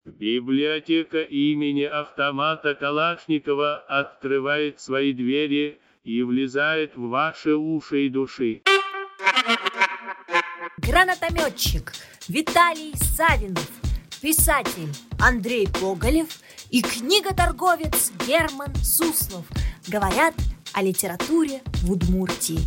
Библиотека имени автомата Калашникова открывает свои двери и влезает в ваши уши и души. Гранатометчик Виталий Савинов, писатель Андрей Гоголев и книготорговец Герман Суслов говорят о литературе в Удмуртии.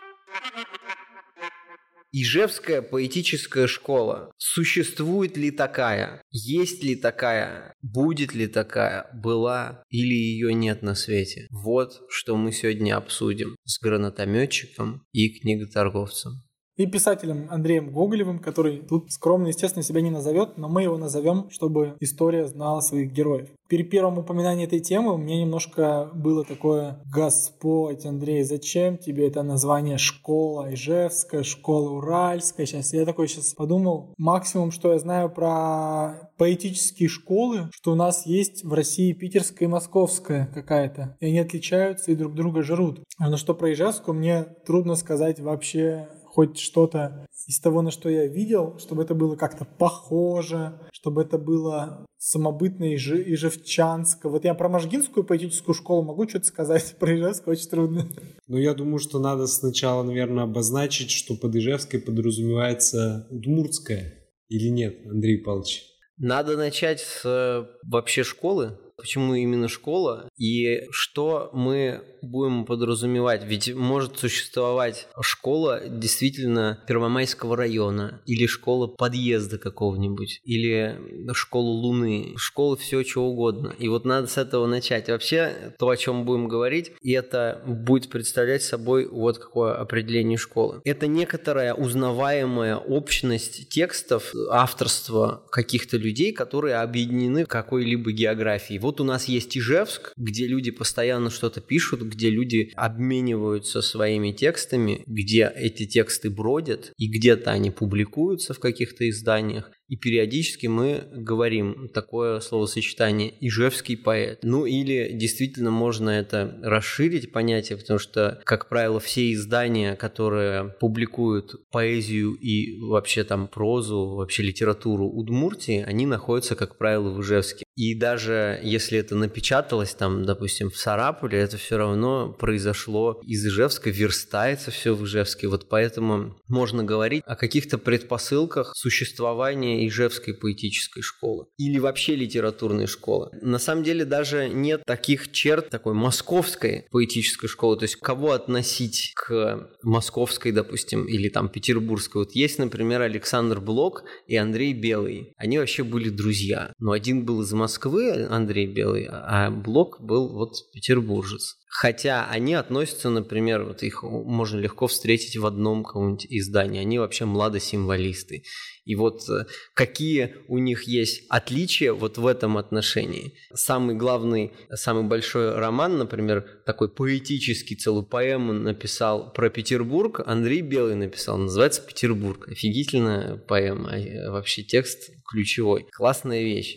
Ижевская поэтическая школа. Существует ли такая? Есть ли такая? Будет ли такая? Была или ее нет на свете? Вот что мы сегодня обсудим с гранатометчиком и книготорговцем. И писателем Андреем Гоголевым, который тут скромно, естественно, себя не назовет, но мы его назовем, чтобы история знала своих героев. При первом упоминании этой темы у меня немножко было такое: Господь, Андрей, зачем тебе это название школа Ижевская, школа Уральская? Я сейчас подумал, максимум, что я знаю про поэтические школы, что у нас есть в России питерская и московская какая-то, и они отличаются и друг друга жрут. Но что про Ижевскую, мне трудно сказать вообще хоть что-то из того, на что я видел, чтобы это было как-то похоже, чтобы это было самобытно ижевчанско. Вот я про Можгинскую поэтическую школу могу что-то сказать, про Ижевскую очень трудно. Я думаю, что надо сначала, наверное, обозначить, что под Ижевской подразумевается удмуртская. Или нет, Андрей Павлович? Надо начать с вообще школы. Почему именно школа и что мы будем подразумевать? Ведь может существовать школа действительно Первомайского района или школа подъезда какого-нибудь, или школа Луны, школа всего чего угодно. И вот надо с этого начать. Вообще то, о чем будем говорить, и это будет представлять собой вот какое определение школы. Это некоторая узнаваемая общность текстов, авторства каких-то людей, которые объединены какой-либо географией. Вот у нас есть Ижевск, где люди постоянно что-то пишут, где люди обмениваются своими текстами, где эти тексты бродят, и где-то они публикуются в каких-то изданиях. И периодически мы говорим такое словосочетание «ижевский поэт». Или действительно можно это расширить понятие, потому что, как правило, все издания, которые публикуют поэзию и вообще там прозу, вообще литературу Удмуртии, они находятся, как правило, в Ижевске. И даже если это напечаталось там, допустим, в Сарапуле, это все равно произошло из Ижевска, верстается все в Ижевске. Вот поэтому можно говорить о каких-то предпосылках существования Ижевской поэтической школы или вообще литературной школы. На самом деле даже нет таких черт такой московской поэтической школы, то есть кого относить к московской, допустим, или там петербургской. Вот есть, например, Александр Блок и Андрей Белый. Они вообще были друзья, но один был из Москвы, Андрей Белый, а Блок был вот петербуржец. Хотя они относятся, например, вот их можно легко встретить в одном каком-нибудь издании. Они вообще младосимволисты. И вот какие у них есть отличия вот в этом отношении. Самый главный, самый большой роман, например, такой поэтический, целую поэму написал про Петербург, Андрей Белый написал, называется «Петербург». Офигительная поэма, вообще текст ключевой. Классная вещь.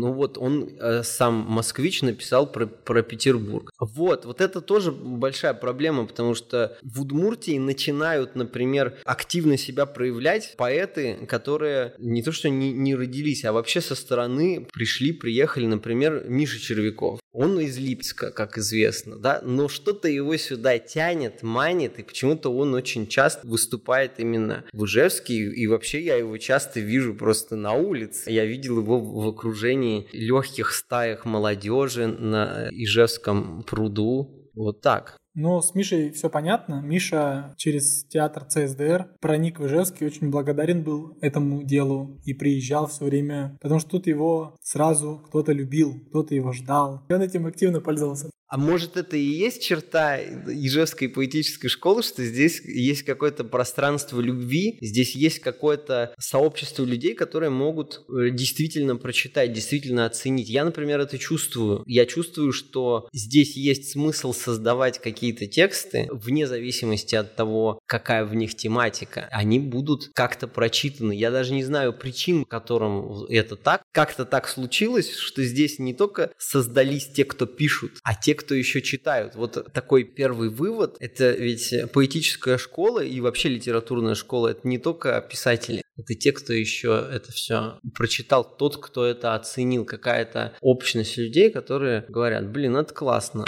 Он сам москвич написал про Петербург. Вот это тоже большая проблема, потому что в Удмуртии начинают, например, активно себя проявлять поэты, которые не то что не родились, а вообще со стороны приехали, например, Миша Червяков. Он из Липецка, как известно, да, но что-то его сюда тянет, манит, и почему-то он очень часто выступает именно в Ижевске, и вообще я его часто вижу просто на улице. Я видел его в окружении легких стаях молодежи на Ижевском пруду, вот так. С Мишей все понятно. Миша через театр ЦСДР проник в Ижевск и очень благодарен был этому делу и приезжал все время, потому что тут его сразу кто-то любил, кто-то его ждал. И он этим активно пользовался. А может, это и есть черта Ижевской поэтической школы, что здесь есть какое-то пространство любви, здесь есть какое-то сообщество людей, которые могут действительно прочитать, действительно оценить. Я, например, это чувствую. Я чувствую, что здесь есть смысл создавать какие-то тексты, вне зависимости от того, какая в них тематика, они будут как-то прочитаны. Я даже не знаю причин, по которым это так. Как-то так случилось, что здесь не только создались те, кто пишут, а те, кто еще читают. Вот такой первый вывод. Это ведь поэтическая школа и вообще литературная школа. Это не только писатели. Это те, кто еще это все прочитал, тот, кто это оценил. Какая-то общность людей, которые говорят, блин, это классно.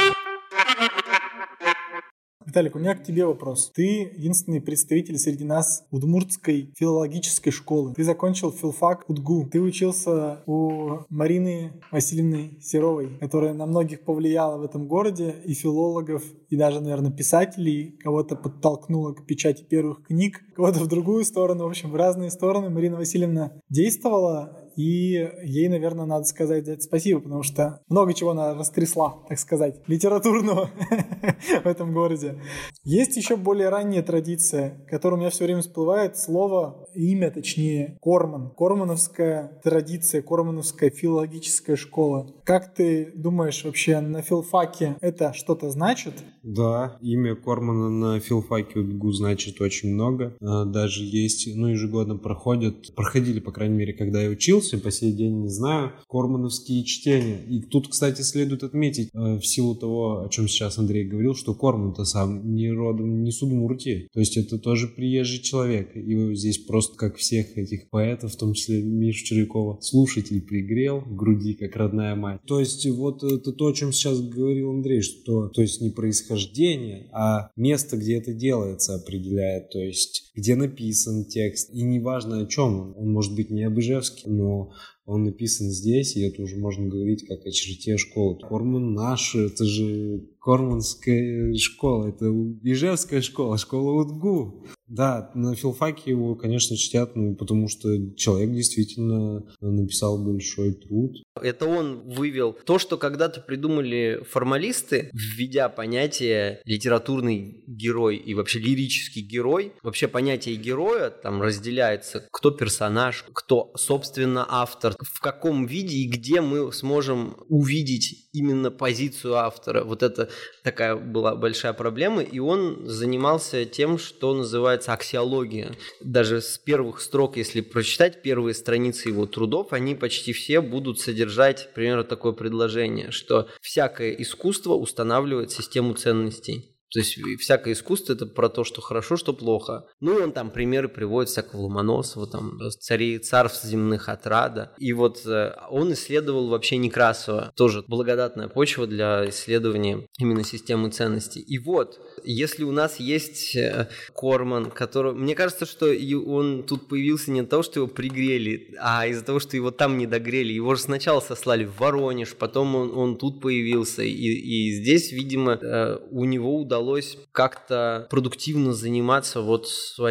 Виталик, у меня к тебе вопрос. Ты единственный представитель среди нас удмуртской филологической школы. Ты закончил филфак УДГУ. Ты учился у Марины Васильевны Серовой, которая на многих повлияла в этом городе, и филологов, и даже, наверное, писателей. Кого-то подтолкнула к печати первых книг, кого-то в другую сторону. В общем, в разные стороны Марина Васильевна действовала. И ей, наверное, надо сказать за это спасибо, потому что много чего она растрясла, так сказать, литературного в этом городе. Есть еще более ранняя традиция, которая у меня все время всплывает, имя, точнее, Корман. Кормановская традиция, кормановская филологическая школа. Как ты думаешь, вообще на филфаке это что-то значит? Да, имя Кормана на филфаке УДГУ значит очень много. Даже есть, ежегодно проходили, по крайней мере, когда я учился, по сей день не знаю, кормановские чтения. И тут, кстати, следует отметить, в силу того, о чем сейчас Андрей говорил, что Корман-то сам не родом не с Удмуртии. То есть это тоже приезжий человек. И здесь просто, как всех этих поэтов, в том числе Мишу Червякова, слушатель пригрел в груди, как родная мать. То есть вот это то, о чем сейчас говорил Андрей, что то есть не происхождение, а место, где это делается, определяет. То есть где написан текст. И неважно о чем он может быть не об Ижевске, но он написан здесь, и это уже можно говорить как о черте школы. Корман наш, это же корманская школа, это ижевская школа, школа УДГУ. Да, на филфаке его, конечно, чтят, потому что человек действительно написал большой труд. Это он вывел то, что когда-то придумали формалисты, введя понятие литературный герой и вообще лирический герой. Вообще понятие героя там разделяется, кто персонаж, кто, собственно, автор, в каком виде и где мы сможем увидеть именно позицию автора. Вот это такая была большая проблема, и он занимался тем, что называется аксиология. Даже с первых строк, если прочитать первые страницы его трудов, они почти все будут содержать примерно такое предложение, что всякое искусство устанавливает систему ценностей. То есть всякое искусство – это про то, что хорошо, что плохо. И он там примеры приводит всякого Ломоносова, там, царей царств земных отрада. И вот он исследовал вообще Некрасова. Тоже благодатная почва для исследования именно системы ценностей. И вот, если у нас есть Корман, который… Мне кажется, что он тут появился не от того, что его пригрели, а из-за того, что его там не догрели. Его же сначала сослали в Воронеж, потом он тут появился. И здесь, видимо, у него удалось как-то продуктивно заниматься вот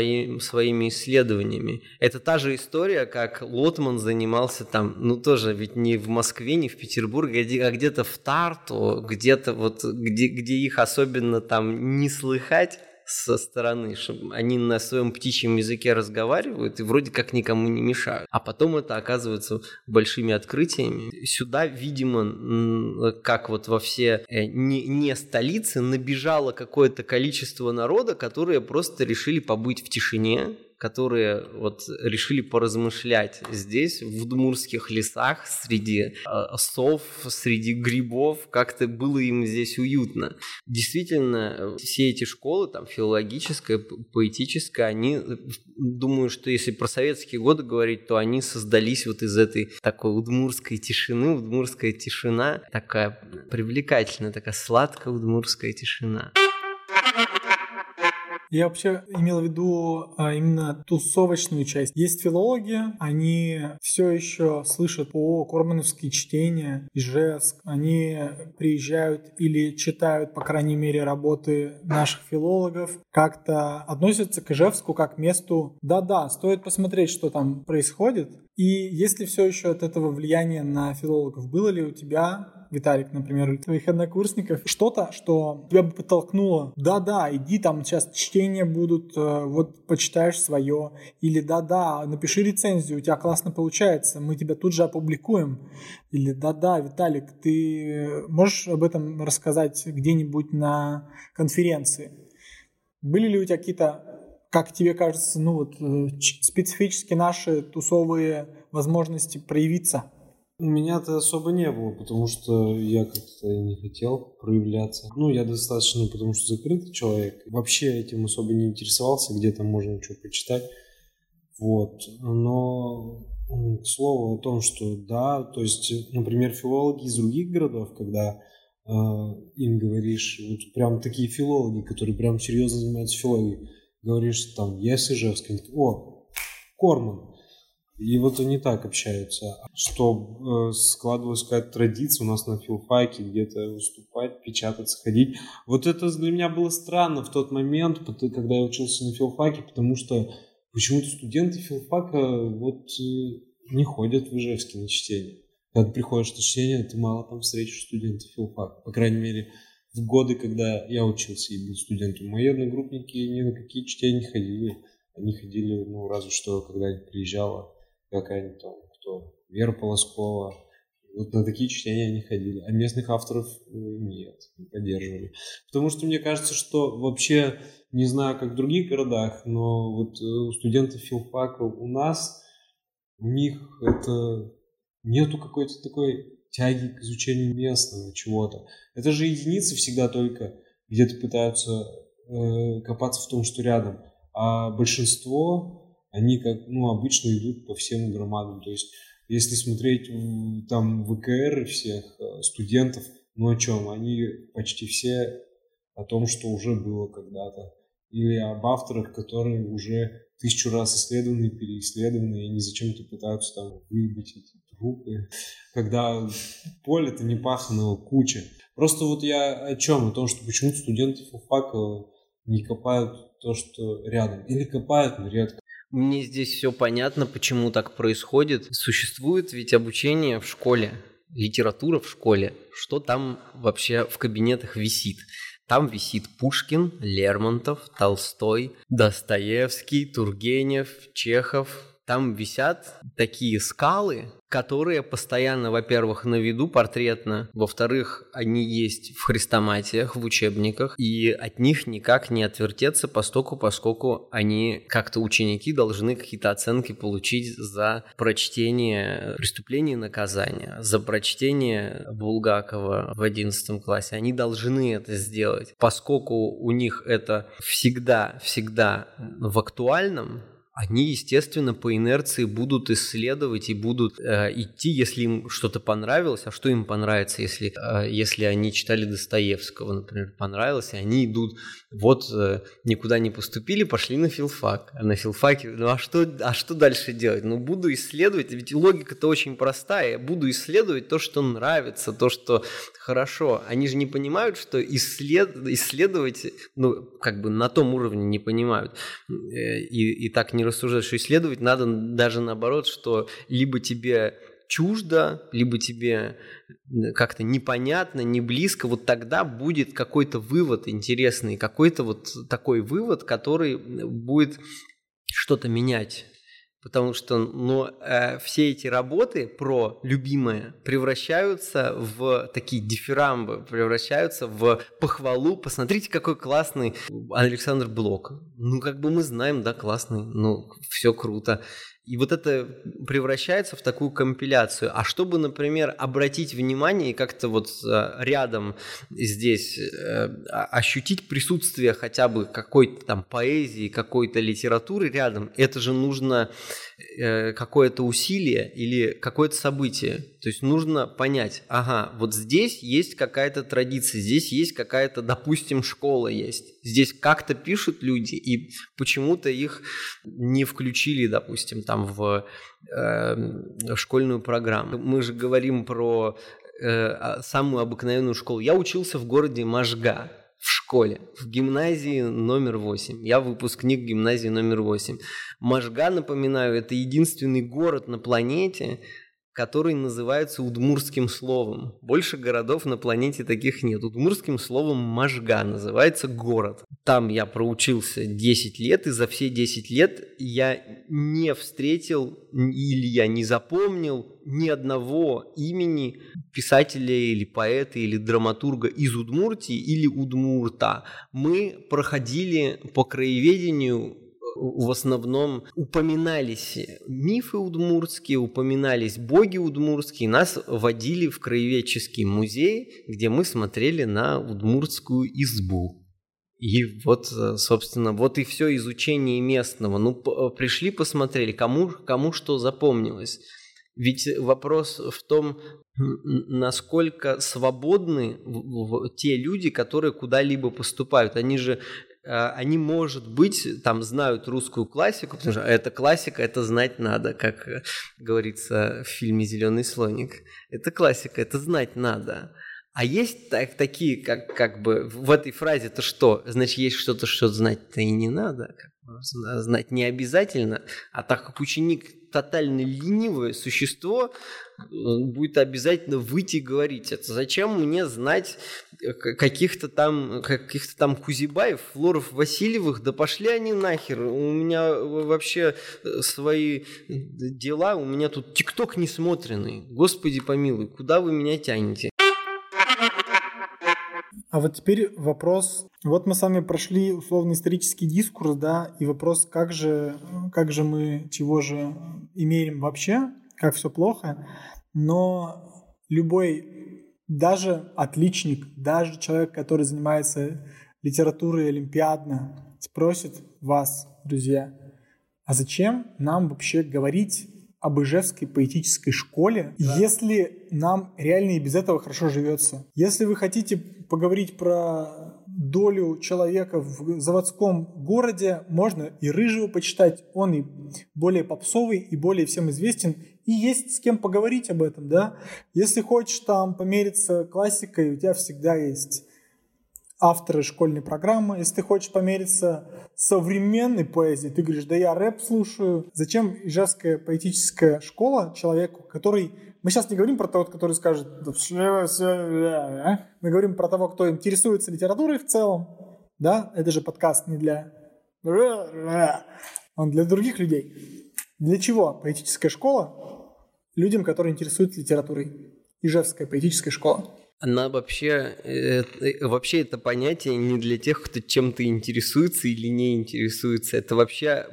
своими исследованиями. Это та же история, как Лотман занимался там, тоже ведь не в Москве, не в Петербурге, а где-то в Тарту, где-то вот, где их особенно там не слыхать со стороны, что они на своем птичьем языке разговаривают и вроде как никому не мешают. А потом это оказывается большими открытиями. Сюда, видимо, как вот во все не столицы, набежало какое-то количество народа, которые просто решили побыть в тишине, которые вот решили поразмышлять здесь, в удмуртских лесах, среди сов, среди грибов, как-то было им здесь уютно. Действительно, все эти школы, там, филологическая, поэтическая, они, думаю, что если про советские годы говорить, то они создались вот из этой такой удмуртской тишины. Удмуртская тишина такая привлекательная, такая сладкая удмуртская тишина. Я вообще имел в виду именно тусовочную часть. Есть филологи, они все еще слышат по кормановские чтения, Ижевск. Они приезжают или читают, по крайней мере, работы наших филологов, как-то относятся к Ижевску как к месту. Да-да, стоит посмотреть, что там происходит. И есть ли все еще от этого влияние на филологов? Было ли у тебя, Виталик, например, у твоих однокурсников, что-то, что тебя бы подтолкнуло? Да-да, иди, там сейчас чтения будут, вот почитаешь свое. Или да-да, напиши рецензию, у тебя классно получается, мы тебя тут же опубликуем. Или да-да, Виталик, ты можешь об этом рассказать где-нибудь на конференции? Были ли у тебя какие-то как тебе кажется, специфически наши тусовые возможности проявиться? У меня-то особо не было, потому что я как-то не хотел проявляться. Я достаточно, потому что закрытый человек. Вообще этим особо не интересовался, где там можно что почитать. Но, к слову о том, что да, то есть, например, филологи из других городов, когда им говоришь, прям такие филологи, которые прям серьезно занимаются филологией, говоришь, там, я из Ижевска, они такие, Корман. И они так общаются. Что складывалась какая-то традиция у нас на филфаке где-то выступать, печататься, ходить. Это для меня было странно в тот момент, когда я учился на филфаке, потому что почему-то студенты филфака не ходят в Ижевске на чтение. Когда приходишь на чтение, ты мало там встретишь студентов филфака. По крайней мере, в годы, когда я учился и был студентом. Мои одногруппники ни на какие чтения не ходили. Они ходили, разве что, когда-нибудь приезжала какая-нибудь там, Вера Полоскова. На такие чтения они ходили. А местных авторов нет, не поддерживали. Потому что мне кажется, что вообще, не знаю, как в других городах, но у студентов филфака у нас, у них нету какой-то такой тяги к изучению местного чего-то. Это же единицы всегда только где-то пытаются копаться в том, что рядом. А большинство, они обычно идут по всем громадам. То есть, если смотреть там ВКР всех студентов, о чем? Они почти все о том, что уже было когда-то. Или об авторах, которые уже 1000 раз исследованы, переисследованы, и они зачем-то пытаются там выбить эти трупы. Когда поле-то не паханого куча. Просто я о чем? О том, что почему-то студенты филфака не копают то, что рядом. Или копают, но редко. Мне здесь все понятно, почему так происходит. Существует ведь обучение в школе, литература в школе. Что там вообще в кабинетах висит? Там висит Пушкин, Лермонтов, Толстой, Достоевский, Тургенев, Чехов. Там висят такие скалы, которые постоянно, во-первых, на виду портретно, во-вторых, они есть в хрестоматиях, в учебниках, и от них никак не отвертеться, поскольку они, как-то ученики, должны какие-то оценки получить за прочтение «Преступление и наказание», за прочтение Булгакова в 11 классе. Они должны это сделать. Поскольку у них это всегда в актуальном, они, естественно, по инерции будут исследовать и будут идти, если им что-то понравилось. А что им понравится, если они читали Достоевского, например, понравилось, и они идут, никуда не поступили, пошли на филфак. А на филфаке, а что дальше делать? буду исследовать, ведь логика-то очень простая. Я буду исследовать то, что нравится, то, что хорошо. Они же не понимают, что исследовать, на том уровне не понимают. И так не рассуждать, что исследовать надо даже наоборот, что либо тебе чуждо, либо тебе как-то непонятно, не близко, тогда будет какой-то вывод интересный, какой-то такой вывод, который будет что-то менять. Потому что все эти работы про любимое превращаются в такие дифирамбы, превращаются в похвалу. Посмотрите, какой классный Александр Блок. Мы знаем, да, классный, все круто. И это превращается в такую компиляцию. А чтобы, например, обратить внимание и как-то рядом здесь ощутить присутствие хотя бы какой-то там поэзии, какой-то литературы рядом, это же нужно какое-то усилие или какое-то событие. То есть нужно понять, здесь есть какая-то традиция, здесь есть какая-то, допустим, школа есть. Здесь как-то пишут люди, и почему-то их не включили, допустим, там в школьную программу. Мы же говорим про самую обыкновенную школу. Я учился в городе Можга в школе, в гимназии номер 8. Я выпускник гимназии номер 8. Можга, напоминаю, это единственный город на планете, который называется удмуртским словом. Больше городов на планете таких нет. Удмуртским словом Можга называется город. Там я проучился 10 лет, и за все 10 лет я не встретил или я не запомнил ни одного имени писателя или поэта или драматурга из Удмуртии или Удмурта. Мы проходили по краеведению в основном упоминались мифы удмуртские, упоминались боги удмуртские, нас водили в краеведческий музей, где мы смотрели на удмуртскую избу. И вот, собственно, вот и все изучение местного. Ну, пришли, посмотрели, кому что запомнилось. Ведь вопрос в том, насколько свободны те люди, которые куда-либо поступают. Они, может быть, там знают русскую классику, потому что это классика, это знать надо, как говорится в фильме «Зеленый слоник». Это классика, это знать надо. А есть такие, как бы в этой фразе-то что? Значит, есть что-то, что знать-то и не надо. Знать не обязательно. А так как ученик тотально ленивое существо, будет обязательно выйти и говорить. Это зачем мне знать каких-то там Кузибаев, Флоров, Васильевых? Да пошли они нахер. У меня вообще свои дела, у меня тут ТикТок несмотренный. Господи помилуй, куда вы меня тянете? А вот теперь вопрос. Вот мы с вами прошли условно-исторический дискурс, да, и вопрос, как же мы, чего же имеем вообще, как все плохо. Но любой, даже отличник, даже человек, который занимается литературой олимпиадно, спросит вас, друзья, а зачем нам вообще говорить об Ижевской поэтической школе, если нам реально и без этого хорошо живется? Если вы хотите поговорить про долю человека в заводском городе, можно и Рыжего почитать, он и более попсовый, и более всем известен, и есть с кем поговорить об этом, да? Если хочешь там помериться классикой, у тебя всегда есть авторы школьной программы. Если ты хочешь помериться современной поэзией, ты говоришь, да я рэп слушаю. Зачем Ижевская поэтическая школа человеку, который... Мы сейчас не говорим про того, который скажет, мы говорим про того, кто интересуется литературой в целом, да? Это же подкаст не для... Он для других людей. Для чего поэтическая школа? Людям, которые интересуются литературой. Ижевская поэтическая школа. Она вообще это понятие не для тех, кто чем-то интересуется или не интересуется. Это вообще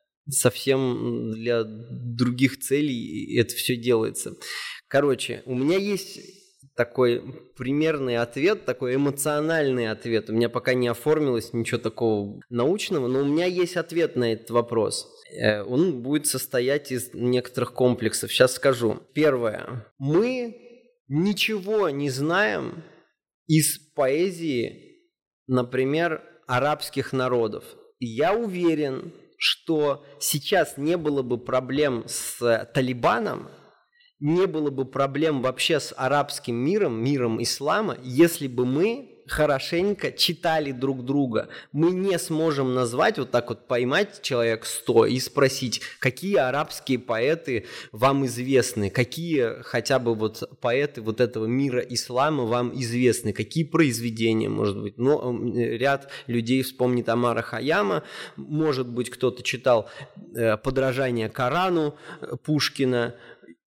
совсем для других целей это все делается. Короче, у меня есть такой примерный ответ, такой эмоциональный ответ. У меня пока не оформилось ничего такого научного, но у меня есть ответ на этот вопрос. Он будет состоять из некоторых комплексов. Сейчас скажу. Первое. Мы ничего не знаем из поэзии, например, арабских народов. И я уверен, что сейчас не было бы проблем с Талибаном, не было бы проблем вообще с арабским миром ислама, если бы мы хорошенько читали друг друга. Мы не сможем назвать, вот так вот поймать человек 100 и спросить, какие арабские поэты вам известны, какие хотя бы вот поэты вот этого мира ислама вам известны, какие произведения, может быть. Но ряд людей вспомнит Омара Хайяма, может быть, кто-то читал «Подражание Корану» Пушкина,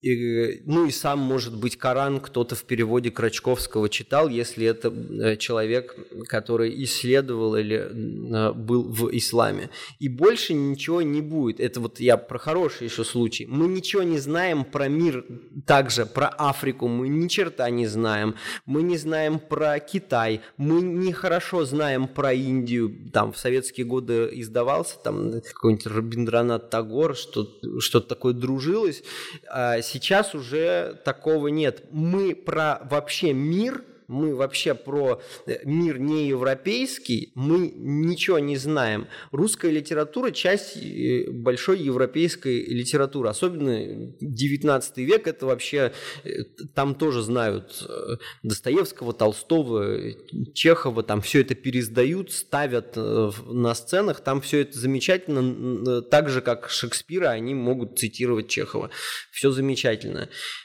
ну и сам, может быть, Коран кто-то в переводе Крачковского читал, если это человек, который исследовал или был в исламе. И больше ничего не будет. Это вот я про хороший еще случай. Мы ничего не знаем про мир, также про Африку мы ни черта не знаем. Мы не знаем про Китай. Мы нехорошо знаем про Индию. Там в советские годы издавался там какой-нибудь Рабиндранат Тагор, что-то такое дружилось. Сейчас уже такого нет. Мы про вообще мир, мы вообще про мир неевропейский, мы ничего не знаем. Русская литература – часть большой европейской литературы. Особенно 19 век – это вообще… Там тоже знают Достоевского, Толстого, Чехова. Там все это переиздают, ставят на сценах. Там все это замечательно. Так же, как Шекспира, они могут цитировать Чехова. Все замечательно.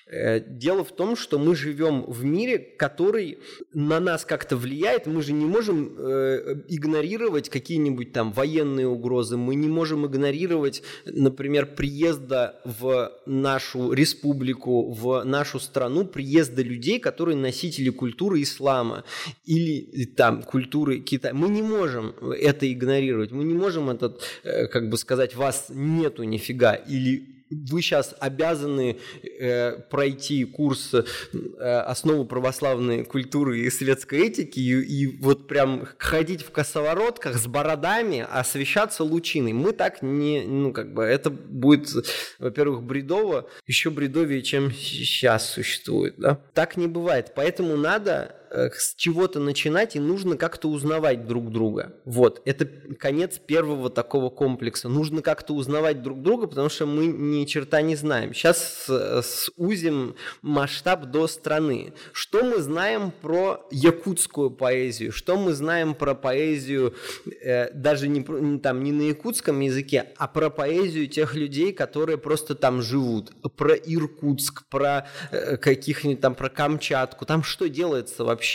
Дело в том, что мы живем в мире, который на нас как-то влияет. Мы же не можем игнорировать какие-нибудь там военные угрозы. Мы не можем игнорировать, например, приезда в нашу республику, в нашу страну, приезда людей, которые носители культуры ислама или там культуры Китая. Мы не можем это игнорировать. Мы не можем это, как бы сказать, вас нету нифига, или вы сейчас обязаны пройти курс «Основы православной культуры и светской этики» и вот прям ходить в косоворотках с бородами, освещаться лучиной. Мы так не... это будет, во-первых, бредово, еще бредовее, чем сейчас существует. Да? Так не бывает. Поэтому надо с чего-то начинать, и нужно как-то узнавать друг друга. Вот, это конец первого такого комплекса. Нужно как-то узнавать друг друга, потому что мы ни черта не знаем. Сейчас сузим масштаб до страны. Что мы знаем про якутскую поэзию? Что мы знаем про поэзию даже не на якутском языке, а про поэзию тех людей, которые просто там живут? Про Иркутск, про каких-нибудь там, про Камчатку. Там что делается вообще?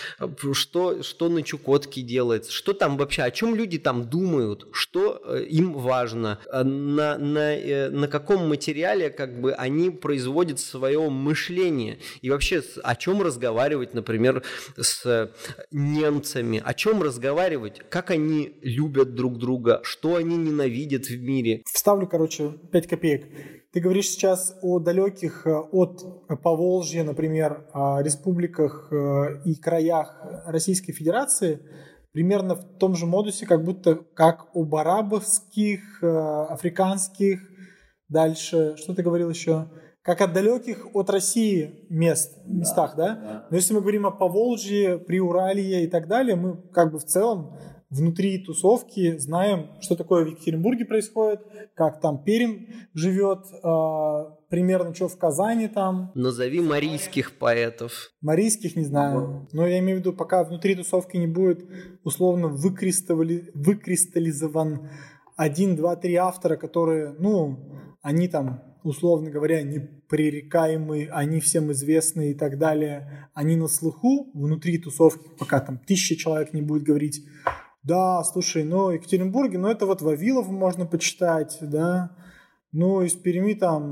Что на Чукотке делается, что там вообще, о чем люди там думают, что им важно, на каком материале как бы они производят свое мышление, и вообще о чем разговаривать, например, с немцами, о чем разговаривать, как они любят друг друга, что они ненавидят в мире. Вставлю, 5 копеек. Ты говоришь сейчас о далеких от Поволжья, например, республиках и краях Российской Федерации, примерно в том же модусе, как об арабских, африканских, дальше, что ты говорил еще? Как от далеких от России местах, да? Но если мы говорим о Поволжье, Приуралье и так далее, мы в целом внутри тусовки знаем, что такое в Екатеринбурге происходит, как там Пермь живет, примерно что в Казани там. Назови марийских поэтов. Марийских не знаю. Но я имею в виду, пока внутри тусовки не будет условно выкристаллизован 1, 2, 3 автора, которые, они там, условно говоря, непререкаемые, они всем известны и так далее. Они на слуху внутри тусовки, пока там 1000 человек не будет говорить: да, слушай, в Екатеринбурге, это вот Вавилов можно почитать, да, из Перми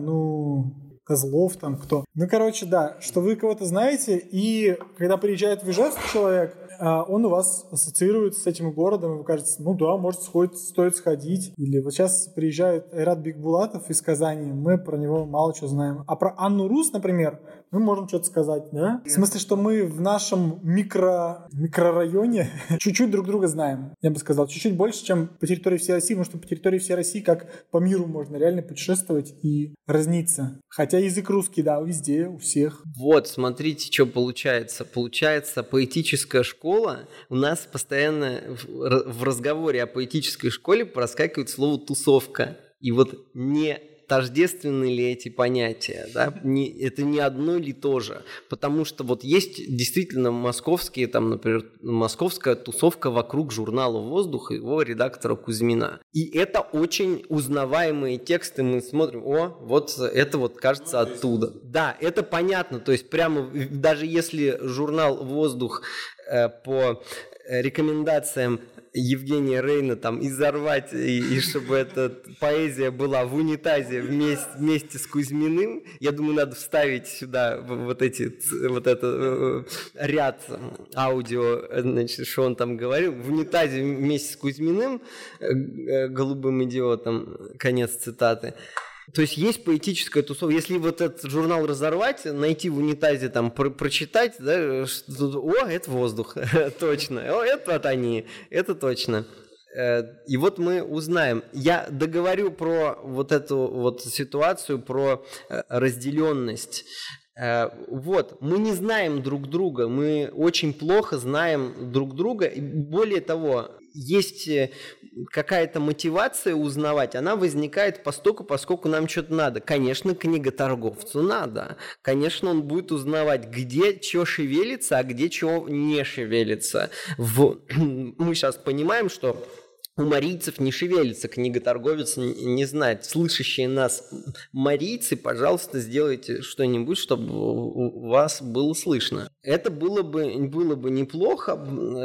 там, Козлов там кто. Да, что вы кого-то знаете, и когда приезжает в Ижевск человек, он у вас ассоциируется с этим городом, и вы кажется, может, стоит сходить. Или вот сейчас приезжает Айрат Бекбулатов из Казани, мы про него мало чего знаем. А про Анну Рус, например, мы можем что-то сказать, да? В смысле, что мы в нашем микрорайоне чуть-чуть друг друга знаем. Я бы сказал, чуть-чуть больше, чем по территории всей России, потому что по территории всей России, как по миру, можно реально путешествовать и разниться. Хотя язык русский, да, везде, у всех. Вот, смотрите, что получается. Получается, поэтическая школа, у нас постоянно в разговоре о поэтической школе проскакивает слово «тусовка». И вот не тождественны ли эти понятия, да? Это не одно ли то же, потому что вот есть действительно московские, там, например, московская тусовка вокруг журнала «Воздух» и его редактора Кузьмина. И это очень узнаваемые тексты, мы смотрим, вот это вот кажется оттуда. Да, это понятно, то есть прямо даже если журнал «Воздух» по рекомендациям Евгения Рейна там изорвать, и чтобы эта поэзия была в унитазе вместе с Кузьминым, я думаю, надо вставить сюда вот этот ряд аудио, значит, что он там говорил, в унитазе вместе с Кузьминым, голубым идиотом, конец цитаты. То есть поэтическая тусовка. Если вот этот журнал разорвать, найти в унитазе, там, прочитать, да, это «Воздух», точно. Это вот они, это точно. И вот мы узнаем. Я договорю про вот эту вот ситуацию, про разделенность. Вот, мы не знаем друг друга, мы очень плохо знаем друг друга, и более того, есть какая-то мотивация узнавать, она возникает поскольку нам что-то надо. Конечно, книготорговцу надо, конечно, он будет узнавать, где что шевелится, а где чего не шевелится. Мы сейчас понимаем, что у марийцев не шевелится, книготорговец не знает. Слышащие нас марийцы, пожалуйста, сделайте что-нибудь, чтобы у вас было слышно. Это было бы неплохо.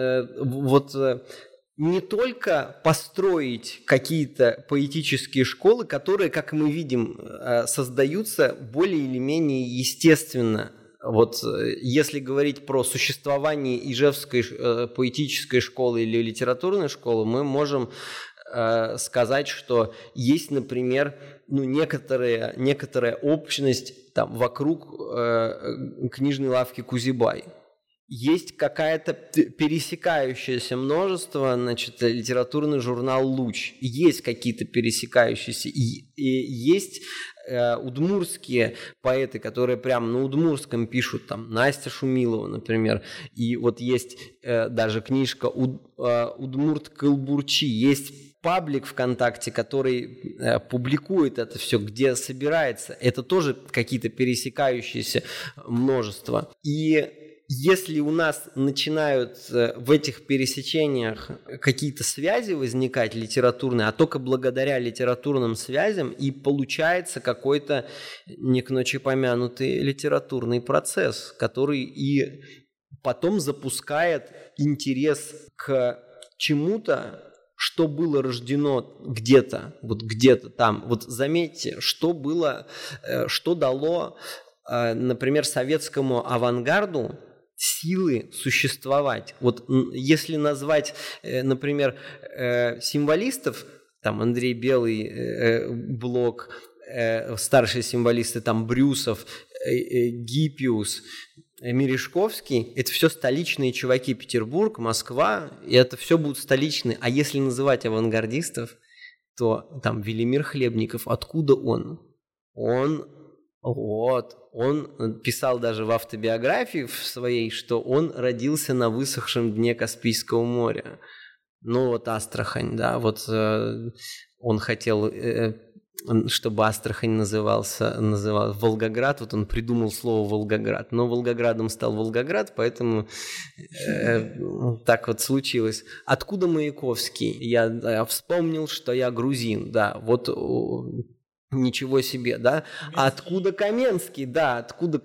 Не только построить какие-то поэтические школы, которые, как мы видим, создаются более или менее естественно. Если говорить про существование Ижевской поэтической школы или литературной школы, мы можем сказать, что есть, например, некоторая общность там, вокруг книжной лавки Кузибай. Есть какое-то пересекающееся множество, литературный журнал «Луч». Есть какие-то пересекающиеся. И есть удмуртские поэты, которые прямо на удмуртском пишут, там, Настя Шумилова, например. И есть даже книжка «Удмурт Кылбурчи». Есть паблик ВКонтакте, который публикует это все, где собирается. Это тоже какие-то пересекающиеся множества. И если у нас начинают в этих пересечениях какие-то связи возникать литературные, а только благодаря литературным связям и получается какой-то не к ночи помянутый литературный процесс, который и потом запускает интерес к чему-то, что было рождено где-то там. Заметьте, что дало, например, советскому авангарду силы существовать. Если назвать, например, символистов, там Андрей Белый, Блок, старшие символисты, там Брюсов, Гиппиус, Мережковский, это все столичные чуваки, Петербург, Москва, и это все будут столичные. А если называть авангардистов, то там Велимир Хлебников, откуда он? Он писал даже в автобиографии в своей, что он родился на высохшем дне Каспийского моря. Астрахань, да, он хотел, чтобы Астрахань назывался Волгоград, он придумал слово Волгоград, но Волгоградом стал Волгоград, поэтому так случилось. Откуда Маяковский? Я вспомнил, что я грузин, да, ничего себе, да? Откуда Каменский, да? Откуда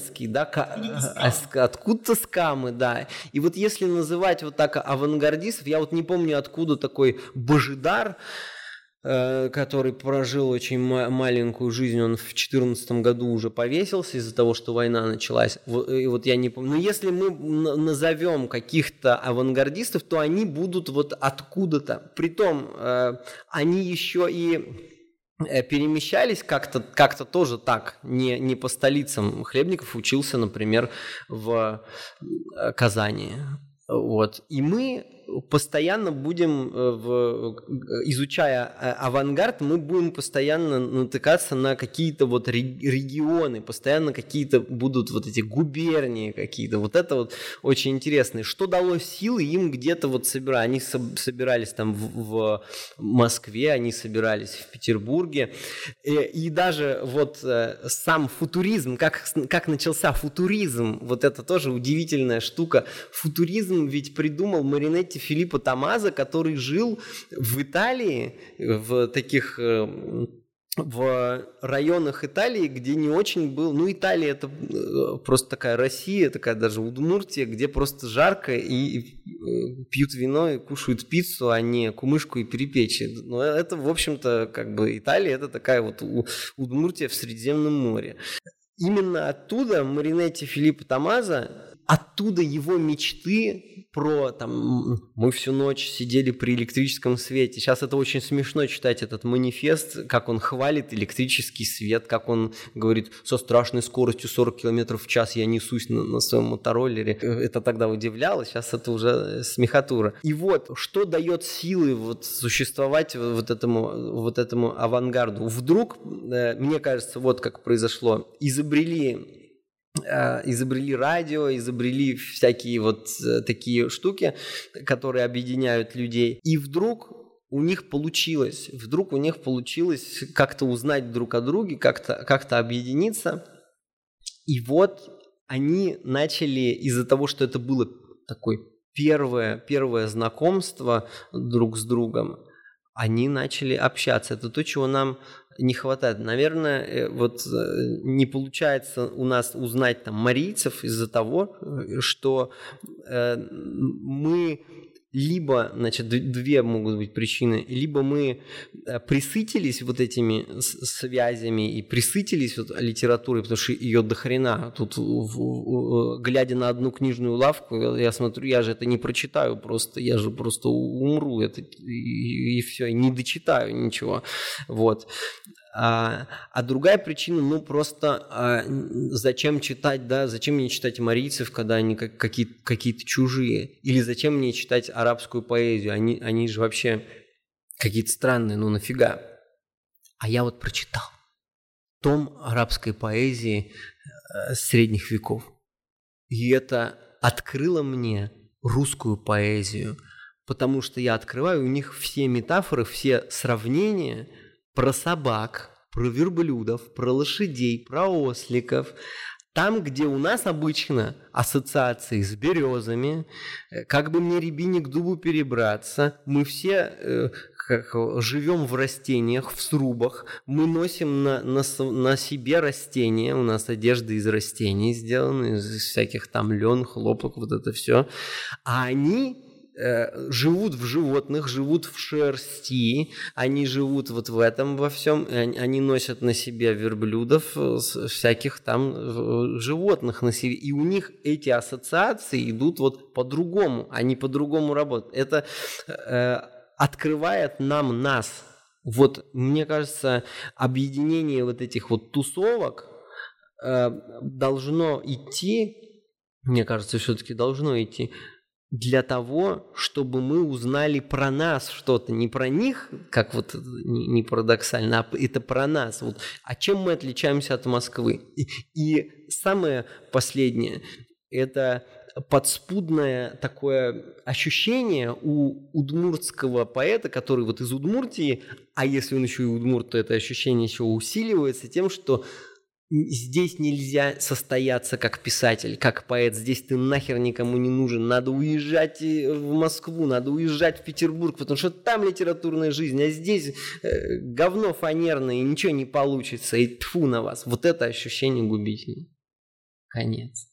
Скамы, да? И если называть так авангардистов, я не помню, откуда такой Божидар, который прожил очень маленькую жизнь, он в 2014 году уже повесился из-за того, что война началась. И я не помню. Но если мы назовем каких-то авангардистов, то они будут откуда-то. Притом они еще и перемещались как-то тоже так, не по столицам. Хлебников учился, например, в Казани. И мы постоянно будем, изучая авангард, мы будем постоянно натыкаться на какие-то регионы, постоянно какие-то будут эти губернии какие-то. Это очень интересно. Что дало силы им где-то собирать? Они собирались там в Москве, они собирались в Петербурге. И даже сам футуризм, как начался футуризм, это тоже удивительная штука. Футуризм ведь придумал Маринетти Филиппо Томмазо, который жил в Италии, в районах Италии, где не очень был... Италия — это просто такая Россия, такая даже Удмуртия, где просто жарко и пьют вино и кушают пиццу, а не кумышку и перепечи. Но это, в общем-то, Италия — это такая Удмуртия в Средиземном море. Именно оттуда Маринетти Филиппо Томмазо, оттуда его мечты про мы всю ночь сидели при электрическом свете. Сейчас это очень смешно читать этот манифест, как он хвалит электрический свет, как он говорит, со страшной скоростью 40 км в час я несусь на своем мотороллере. Это тогда удивляло, сейчас это уже смехотура. И что дает силы существовать этому авангарду. Вдруг, мне кажется, как произошло, изобрели радио, изобрели всякие такие штуки, которые объединяют людей. И вдруг у них получилось как-то узнать друг о друге, как-то объединиться. И они начали, из-за того, что это было такой первое знакомство друг с другом, они начали общаться. Это то, чего нам не хватает. Наверное, вот не получается у нас узнать там марийцев из-за того, что мы либо, значит, две могут быть причины, либо мы присытились вот этими связями и присытились вот литературой, потому что ее дохрена. Тут, глядя на одну книжную лавку, я смотрю, я же это не прочитаю просто, я же просто умру это, и все, и не дочитаю ничего. Вот. А другая причина, просто зачем читать, да, зачем мне читать марийцев, когда они какие-то чужие? Или зачем мне читать арабскую поэзию? Они же вообще какие-то странные, нафига? А я вот прочитал том арабской поэзии средних веков. И это открыло мне русскую поэзию, потому что я открываю у них все метафоры, все сравнения про собак, про верблюдов, про лошадей, про осликов. Там, где у нас обычно ассоциации с березами, как бы мне рябине к дубу перебраться, мы все живем в растениях, в срубах, мы носим на себе растения, у нас одежда из растений сделана, из всяких там лен, хлопок, вот это все. А они живут в животных, живут в шерсти, они живут вот в этом во всем, они носят на себе верблюдов, всяких там животных на себе, и у них эти ассоциации идут вот по-другому, они по-другому работают. Это открывает нам нас. Вот, мне кажется, объединение вот этих вот тусовок должно идти, мне кажется, все-таки должно идти для того, чтобы мы узнали про нас что-то, не про них, как вот не парадоксально, а это про нас. Вот. А чем мы отличаемся от Москвы? И самое последнее – это подспудное такое ощущение у удмуртского поэта, который вот из Удмуртии, а если он еще и удмурт, то это ощущение еще усиливается тем, что здесь нельзя состояться как писатель, как поэт. Здесь ты нахер никому не нужен. Надо уезжать в Москву, надо уезжать в Петербург, потому что там литературная жизнь, а здесь говно фанерное, и ничего не получится, и тьфу на вас. Вот это ощущение губительное. Конец.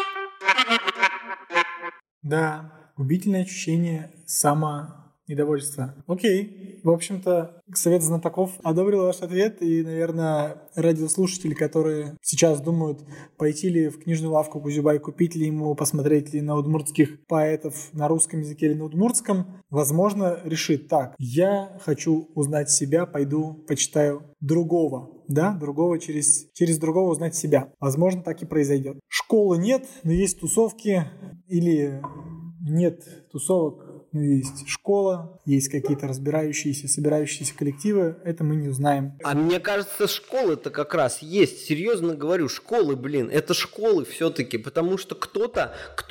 Да, губительное ощущение самонедовольства. Окей. В общем-то, Совет знатоков одобрил ваш ответ, и, наверное, радиослушатели, которые сейчас думают, пойти ли в книжную лавку Кузюбай, купить ли ему, посмотреть ли на удмуртских поэтов на русском языке или на удмуртском, возможно, решит так: я хочу узнать себя, пойду почитаю другого. Да, другого через другого узнать себя. Возможно, так и произойдет. Школы нет, но есть тусовки, или нет тусовок, но есть школа, есть какие-то разбирающиеся, собирающиеся коллективы. Это мы не узнаем. А мне кажется, школы-то как раз есть. Серьезно говорю, школы, это школы все-таки, потому что кто-то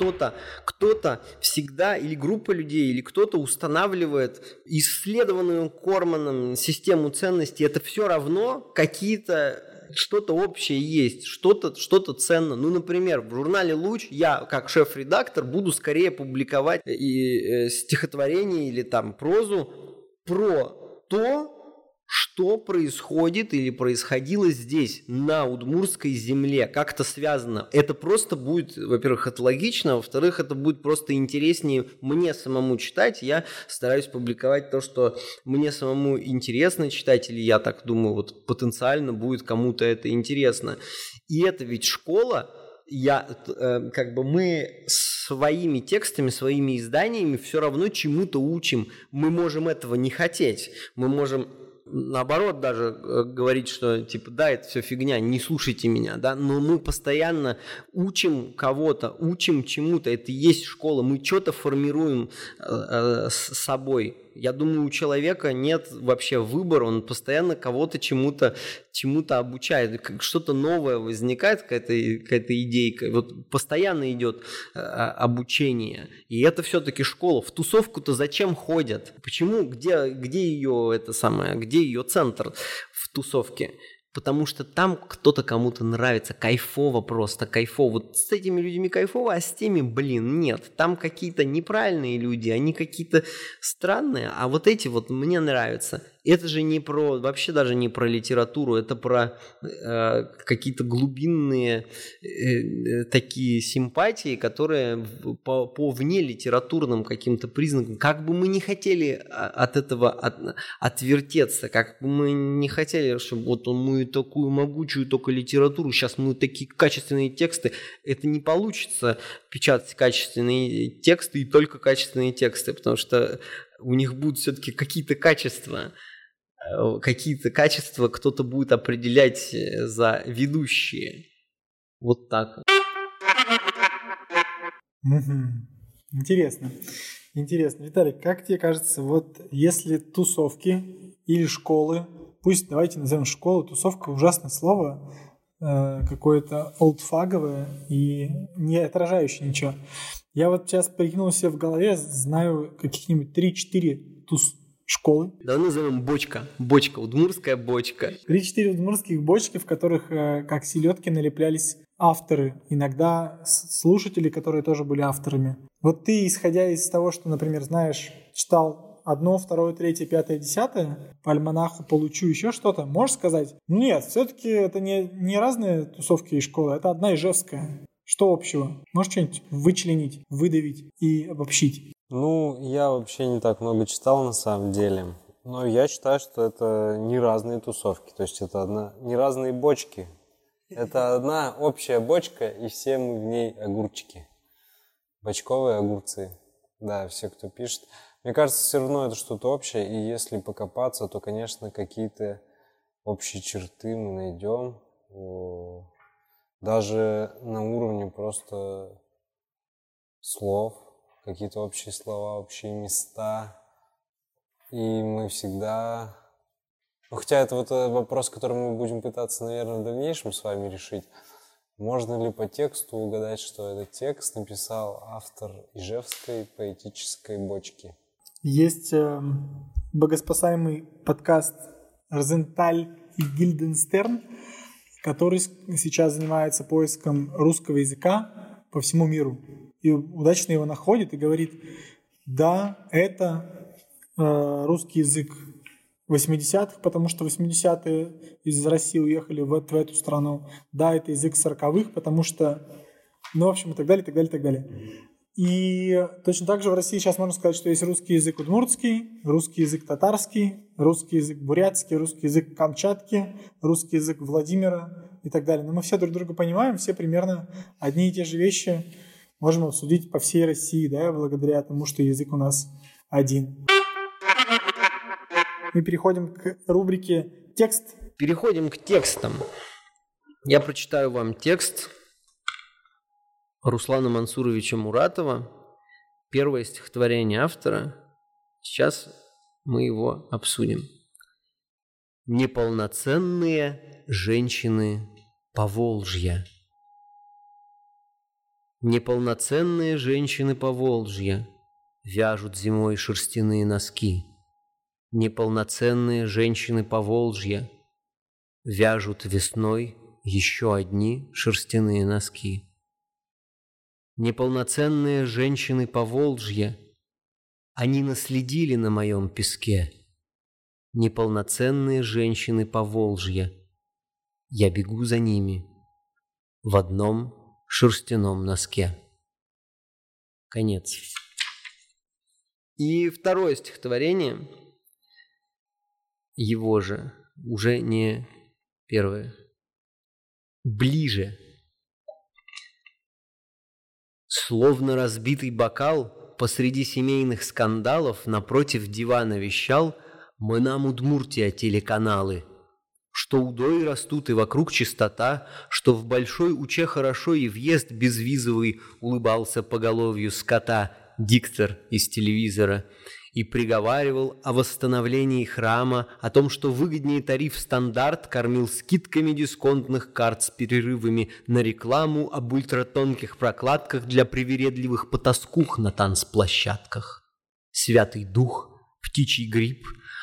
всегда, или группа людей, или кто-то устанавливает исследованную Корманом систему ценностей. Это все равно какие-то что-то общее есть, что-то ценно. Например, в журнале «Луч» я, как шеф-редактор, буду скорее публиковать стихотворение или там прозу про то, что происходит или происходило здесь, на удмуртской земле, как-то связано. Это просто будет, во-первых, это логично, во-вторых, это будет просто интереснее мне самому читать. Я стараюсь публиковать то, что мне самому интересно читать, или я так думаю, вот потенциально будет кому-то это интересно. И это ведь школа. Мы своими текстами, своими изданиями все равно чему-то учим. Мы можем этого не хотеть. Мы можем наоборот даже говорить, что типа да, это все фигня, не слушайте меня, да, но мы постоянно учим кого-то, учим чему-то, это и есть школа, мы что-то формируем с собой. Я думаю, у человека нет вообще выбора, он постоянно кого-то чему-то обучает, что-то новое возникает, какая-то идейка, вот постоянно идет обучение, и это все-таки школа. В тусовку-то зачем ходят? Почему? Где ее центр в тусовке? потому что там кто-то кому-то нравится, кайфово просто, кайфово. Вот с этими людьми кайфово, а с теми, нет. Там какие-то неправильные люди, они какие-то странные, а вот эти вот мне нравятся. Это же не про, вообще даже не про литературу, это про какие-то глубинные такие симпатии, которые по внелитературным каким-то признакам, как бы мы не хотели от этого отвертеться, как бы мы не хотели, чтобы вот мы такую могучую только литературу, сейчас мы такие качественные тексты, это не получится печатать качественные тексты и только качественные тексты, потому что у них будут все-таки какие-то качества кто-то будет определять за ведущие. Вот так. Интересно. Виталий, как тебе кажется, вот если тусовки или школы, пусть давайте назовем школу, тусовка ужасное слово, какое-то олдфаговое и не отражающее ничего. Я вот сейчас прикинул себе в голове, знаю каких-нибудь 3-4 школы. Да, назовем бочка, удмуртская бочка. 3-4 удмуртских бочки, в которых как селедки налеплялись авторы, иногда слушатели, которые тоже были авторами. Вот ты, исходя из того, что, например, знаешь, читал 1, 2, 3, 5, 10 по альманаху, получу еще что-то, можешь сказать? Нет, все-таки это не разные тусовки и школы, это одна ижевская. Что общего? Можешь что-нибудь вычленить, выдавить и обобщить? Я вообще не так много читал на самом деле, но я считаю, что это не разные тусовки, то есть это не разные бочки, это одна общая бочка, и все мы в ней огурчики, бочковые огурцы, да, все, кто пишет. Мне кажется, все равно это что-то общее, и если покопаться, то, конечно, какие-то общие черты мы найдем, даже на уровне просто слов. Какие-то общие слова, общие места. И мы всегда... хотя это вот вопрос, который мы будем пытаться, наверное, в дальнейшем с вами решить. Можно ли по тексту угадать, что этот текст написал автор ижевской поэтической бочки? Есть богоспасаемый подкаст «Розенталь и Гильденстерн», который сейчас занимается поиском русского языка по всему миру. И удачно его находит и говорит, да, это русский язык 80-х, потому что 80-е из России уехали в эту страну. Да, это язык 40-х, потому что... и так далее, и так далее, и так далее. И точно так же в России сейчас можно сказать, что есть русский язык удмуртский, русский язык татарский, русский язык бурятский, русский язык Камчатки, русский язык Владимира и так далее. Но мы все друг друга понимаем, все примерно одни и те же вещи можем обсудить по всей России, да, благодаря тому, что язык у нас один. Мы переходим к рубрике «Текст». Переходим к текстам. Я прочитаю вам текст Руслана Мансуровича Муратова. Первое стихотворение автора. Сейчас мы его обсудим. Неполноценные женщины Поволжья. Неполноценные женщины Поволжья вяжут зимой шерстяные носки. Неполноценные женщины Поволжья вяжут весной еще одни шерстяные носки. Неполноценные женщины Поволжья, они наследили на моем песке. Неполноценные женщины Поволжья, я бегу за ними в одном шерстяном носке. Конец. И второе стихотворение, его же, уже не первое. Ближе. Словно разбитый бокал посреди семейных скандалов напротив дивана вещал «Мы нам Удмуртия телеканалы». Что удои растут и вокруг чистота, что в Большой Уче хорошо и въезд безвизовый, улыбался поголовью скота диктор из телевизора и приговаривал о восстановлении храма, о том, что выгоднее тариф стандарт кормил скидками дисконтных карт с перерывами на рекламу об ультратонких прокладках для привередливых потаскух на танцплощадках. Святый дух, птичий гриб,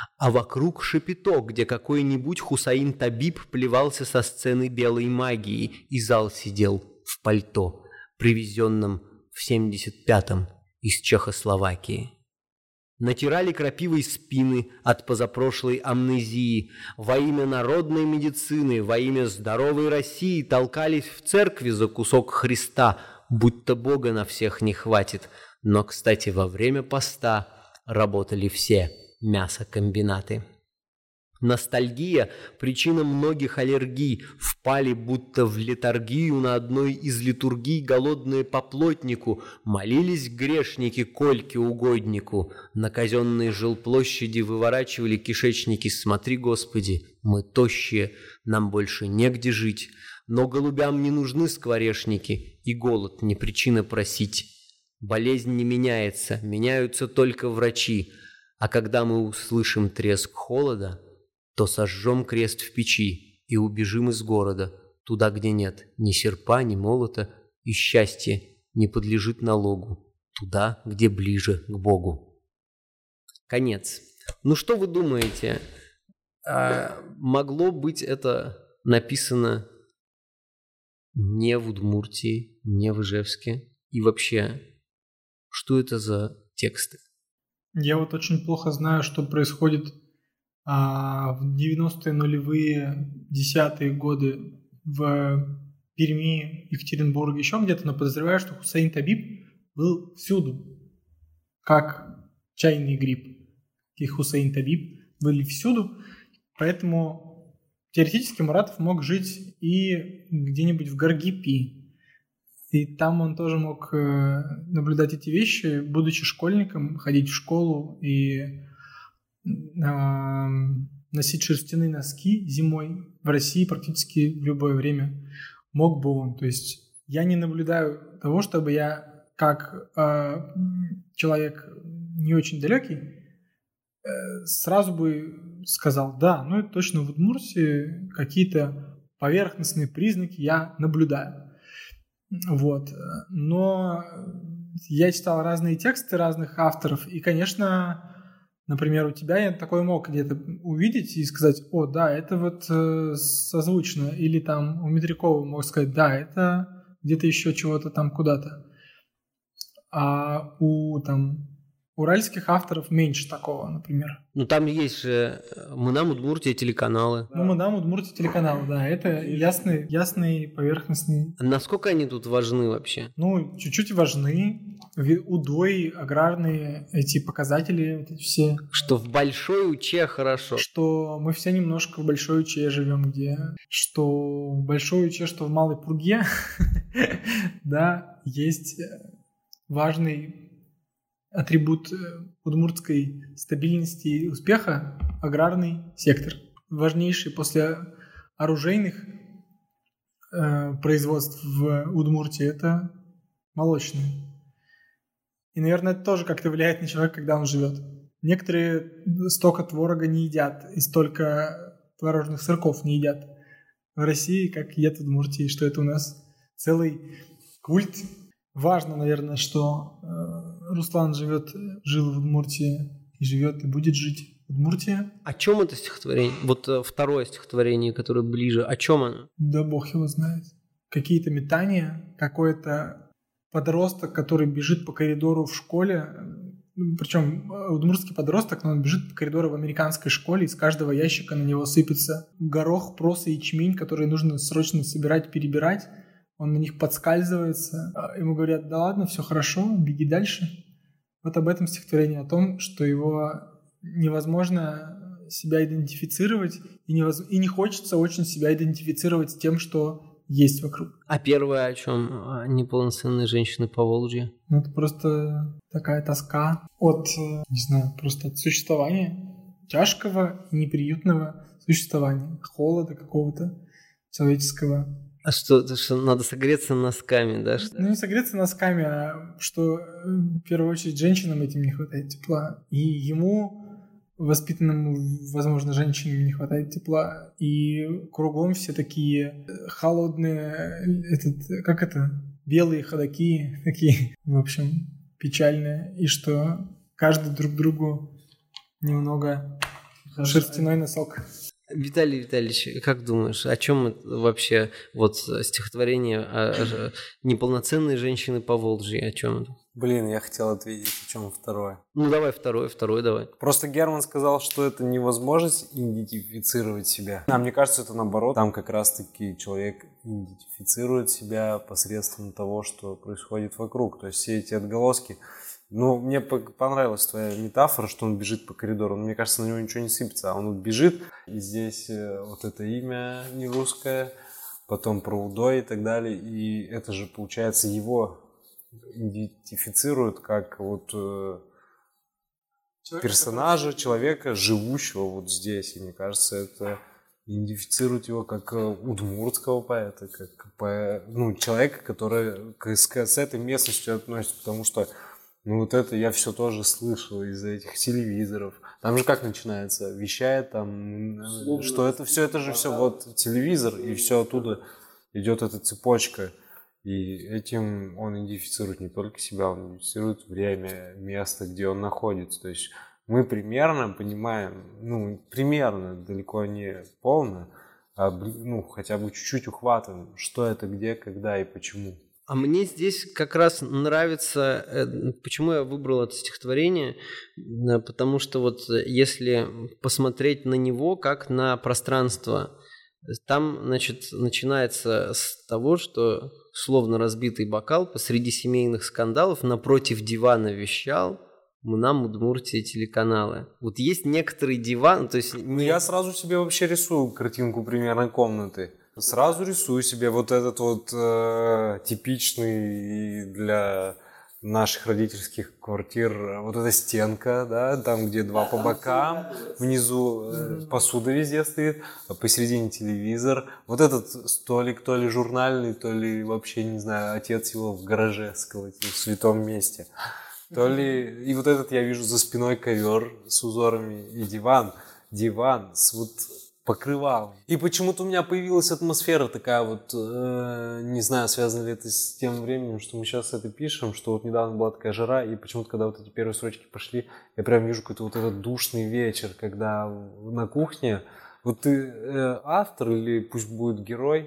А вокруг шапито, где какой-нибудь Хусаин Табиб плевался со сцены белой магии, и зал сидел в пальто, привезенном в 75-м из Чехословакии. Натирали крапивой спины от позапрошлой амнезии, во имя народной медицины, во имя здоровой России толкались в церкви за кусок Христа, будто Бога на всех не хватит. Но, кстати, во время поста работали все мясокомбинаты. Ностальгия, причина многих аллергий, впали будто в летаргию на одной из литургий голодные по плотнику, молились грешники Кольке угоднику, на казенной жилплощади выворачивали кишечники, смотри, Господи, мы тощие, нам больше негде жить, но голубям не нужны скворечники, и голод не причина просить. Болезнь не меняется, меняются только врачи, а когда мы услышим треск холода, то сожжем крест в печи и убежим из города, туда, где нет ни серпа, ни молота, и счастье не подлежит налогу, туда, где ближе к Богу. Конец. Ну что вы думаете, могло быть это написано не в Удмуртии, не в Ижевске? И вообще, что это за тексты? Я вот очень плохо знаю, что происходит в 90-е, нулевые, 10-е годы в Перми, Екатеринбурге, еще где-то, но подозреваю, что Хусаин Табиб был всюду, как чайный гриб. И Хусаин Табиб были всюду, поэтому теоретически Муратов мог жить и где-нибудь в Гаргипи. И там он тоже мог наблюдать эти вещи, будучи школьником, ходить в школу и носить шерстяные носки зимой в России практически в любое время. Мог бы он. То есть я не наблюдаю того, чтобы я, как человек не очень далекий, сразу бы сказал, да, ну это точно в Удмуртии какие-то поверхностные признаки я наблюдаю. Вот. Но я читал разные тексты разных авторов, и, конечно, например, у тебя я такое мог где-то увидеть и сказать, о, да, это вот созвучно. Или там у Метрякова мог сказать, да, это где-то еще чего-то там куда-то. А у там уральских авторов меньше такого, например. Ну там есть же «Мы-нам Удмуртия» телеканалы. Ну, «Мы-нам Удмуртия» телеканал, да, это ясный поверхностный. Насколько они тут важны вообще? Ну, чуть-чуть важны. Удой, аграрные эти показатели, вот эти все. Что в Большой Уче хорошо. Что мы все немножко в Большой Уче живем, где. Что в Большой Уче, что в Малой Пурге, да, есть важный атрибут удмуртской стабильности и успеха – аграрный сектор. Важнейший после оружейных производств в Удмуртии – это молочные. И, наверное, это тоже как-то влияет на человека, когда он живет. Некоторые столько творога не едят и столько творожных сырков не едят в России, как едят в Удмуртии, что это у нас целый культ. Важно, наверное, что Руслан жил в Удмуртии и живет и будет жить в Удмуртии. О чем это стихотворение? Вот второе стихотворение, которое ближе. О чем оно? Да бог его знает. Какие-то метания, какой-то подросток, который бежит по коридору в школе. Причем удмуртский подросток, но он бежит по коридору в американской школе, и с каждого ящика на него сыпется горох, проса и ячмень, которые нужно срочно собирать, перебирать. Он на них подскальзывается. Ему говорят, да ладно, все хорошо, беги дальше. Вот об этом стихотворение, о том, что его невозможно себя идентифицировать, и не хочется очень себя идентифицировать с тем, что есть вокруг. А первое о чем? Неполноценные женщины по Волжье? Ну, это просто такая тоска от, не знаю, просто от существования, тяжкого и неприютного существования, холода какого-то человеческого. А что надо согреться носками, да? Ну, не согреться носками, а что в первую очередь женщинам этим не хватает тепла. И ему, воспитанному, возможно, женщинам не хватает тепла. И кругом все такие холодные, белые ходаки, такие, в общем, печальные. И что каждый друг другу немного Шерстяной носок. Виталий Витальевич, как думаешь, о чем вообще вот стихотворение о неполноценной женщины по Волжье, о чем это? Блин, я хотел ответить, о чем второе. Ну давай второе давай. Просто Герман сказал, что это невозможность идентифицировать себя. А мне кажется, это наоборот. Там как раз-таки человек идентифицирует себя посредством того, что происходит вокруг. То есть все эти отголоски. Ну, мне понравилась твоя метафора, что он бежит по коридору. Мне кажется, на него ничего не сыпется. А он вот бежит, и здесь вот это имя не русское, потом про Удой и так далее. И это же, получается, его идентифицирует как вот персонажа, человека, живущего вот здесь. И мне кажется, это идентифицирует его как удмуртского поэта, как человека, который с этой местностью относится, потому что вот это я все тоже слышал из этих телевизоров. Там же как начинается? Вещает там, что это же все вот телевизор, и все оттуда идет эта цепочка. И этим он идентифицирует не только себя, он идентифицирует время, место, где он находится. То есть мы примерно понимаем, примерно, далеко не полно, а хотя бы чуть-чуть ухватываем, что это, где, когда и почему. А мне здесь как раз нравится, почему я выбрал это стихотворение, потому что вот если посмотреть на него как на пространство, там, значит, начинается с того, что словно разбитый бокал посреди семейных скандалов напротив дивана вещал, нам Удмуртии телеканалы. Вот есть некоторый диван, то есть... Я сразу себе вообще рисую картинку примерно комнаты. Сразу рисую себе вот этот вот типичный для наших родительских квартир вот эта стенка, да, там где два по бокам, внизу посуда везде стоит, а посередине телевизор. Вот этот столик то ли журнальный, то ли вообще, не знаю, отец его в гараже сколотил в святом месте. То ли... И вот этот я вижу за спиной ковер с узорами и диван с вот покрывалом. И почему-то у меня появилась атмосфера такая вот, не знаю, связано ли это с тем временем, что мы сейчас это пишем, что вот недавно была такая жара, и почему-то, когда вот эти первые строчки пошли, я прям вижу какой-то вот этот душный вечер, когда на кухне, вот ты автор или пусть будет герой,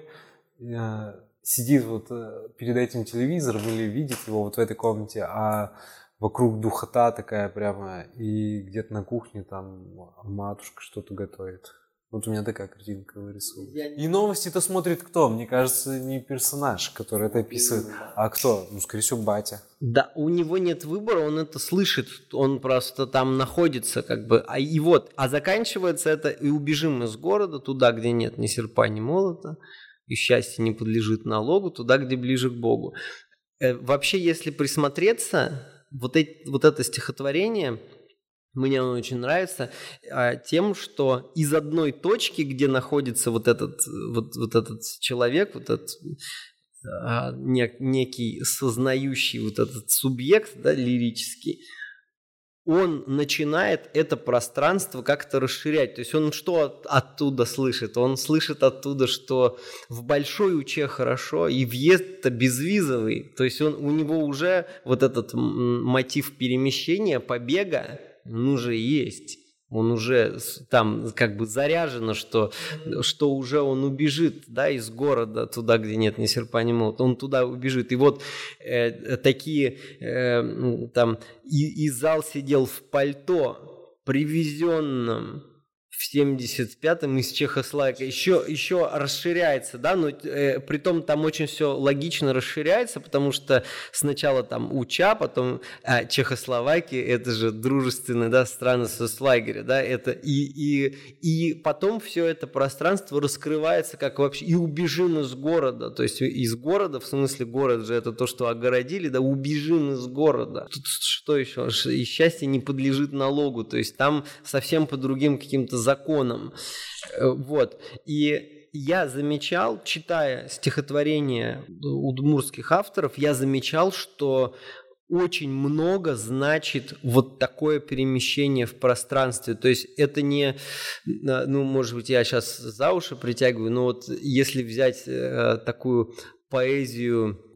сидит вот перед этим телевизором или видит его вот в этой комнате, а вокруг духота такая прямо, и где-то на кухне там матушка что-то готовит. Вот у меня такая картинка вырисовалась. И новости-то смотрит кто? Мне кажется, не персонаж, который это описывает, а кто? Скорее всего, батя. Да, у него нет выбора, он это слышит, он просто там находится как бы. А заканчивается это «И убежим из города туда, где нет ни серпа, ни молота, и счастье не подлежит налогу, туда, где ближе к Богу». Вообще, если присмотреться, вот это стихотворение... Мне оно очень нравится тем, что из одной точки, где находится вот этот человек, вот этот некий сознающий вот этот субъект, да, лирический, он начинает это пространство как-то расширять. То есть он что оттуда слышит? Он слышит оттуда, что в Большой Уче хорошо, и въезд-то безвизовый. То есть у него уже вот этот мотив перемещения, побега, он уже есть, он уже там как бы заряжено, что уже он убежит, да, из города туда, где нет ни серпа, ни молота, он туда убежит. И вот такие там и зал сидел в пальто, привезенном в 75-м из Чехословакии, еще расширяется, да, но притом там очень все логично расширяется, потому что сначала там УЧА, потом Чехословакия, это же дружественные, да, страны соцлагеря, да, это и потом все это пространство раскрывается как вообще, и убежим из города, то есть из города, в смысле город же это то, что огородили, да, убежим из города. Тут что еще? И счастье не подлежит налогу, то есть там совсем по другим каким-то законам. Вот. И я замечал, читая стихотворения удмуртских авторов, я замечал, что очень много значит вот такое перемещение в пространстве. То есть это не, может быть, я сейчас за уши притягиваю, но вот если взять такую поэзию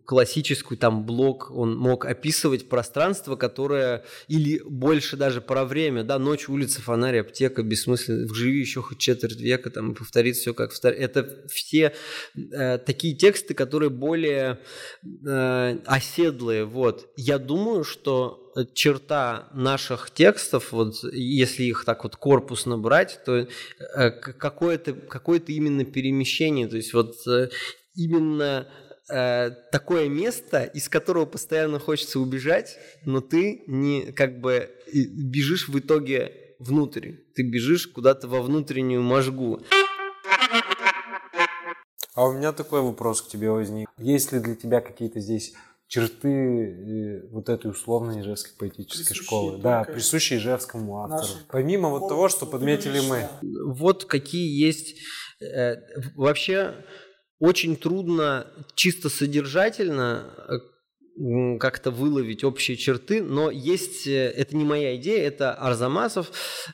классическую, там блок, он мог описывать пространство, которое, или больше даже про время, да, ночь, улица, фонарь, аптека, бессмысленно, вживи еще хоть четверть века, там, повторится все как в старе. Это все такие тексты, которые более оседлые, вот. Я думаю, что черта наших текстов, вот если их так вот корпусно брать, то какое-то именно перемещение, то есть вот именно такое место, из которого постоянно хочется убежать, но ты не как бы бежишь в итоге внутрь, ты бежишь куда-то во внутреннюю можгу. А у меня такой вопрос к тебе возник. Есть ли для тебя какие-то здесь черты вот этой условной ижевской поэтической школы? Да, присущие ижевскому автору. Помимо вот того, что подметили мы. Вот какие есть вообще... Очень трудно чисто содержательно как-то выловить общие черты, но есть, это не моя идея, это Арзамасов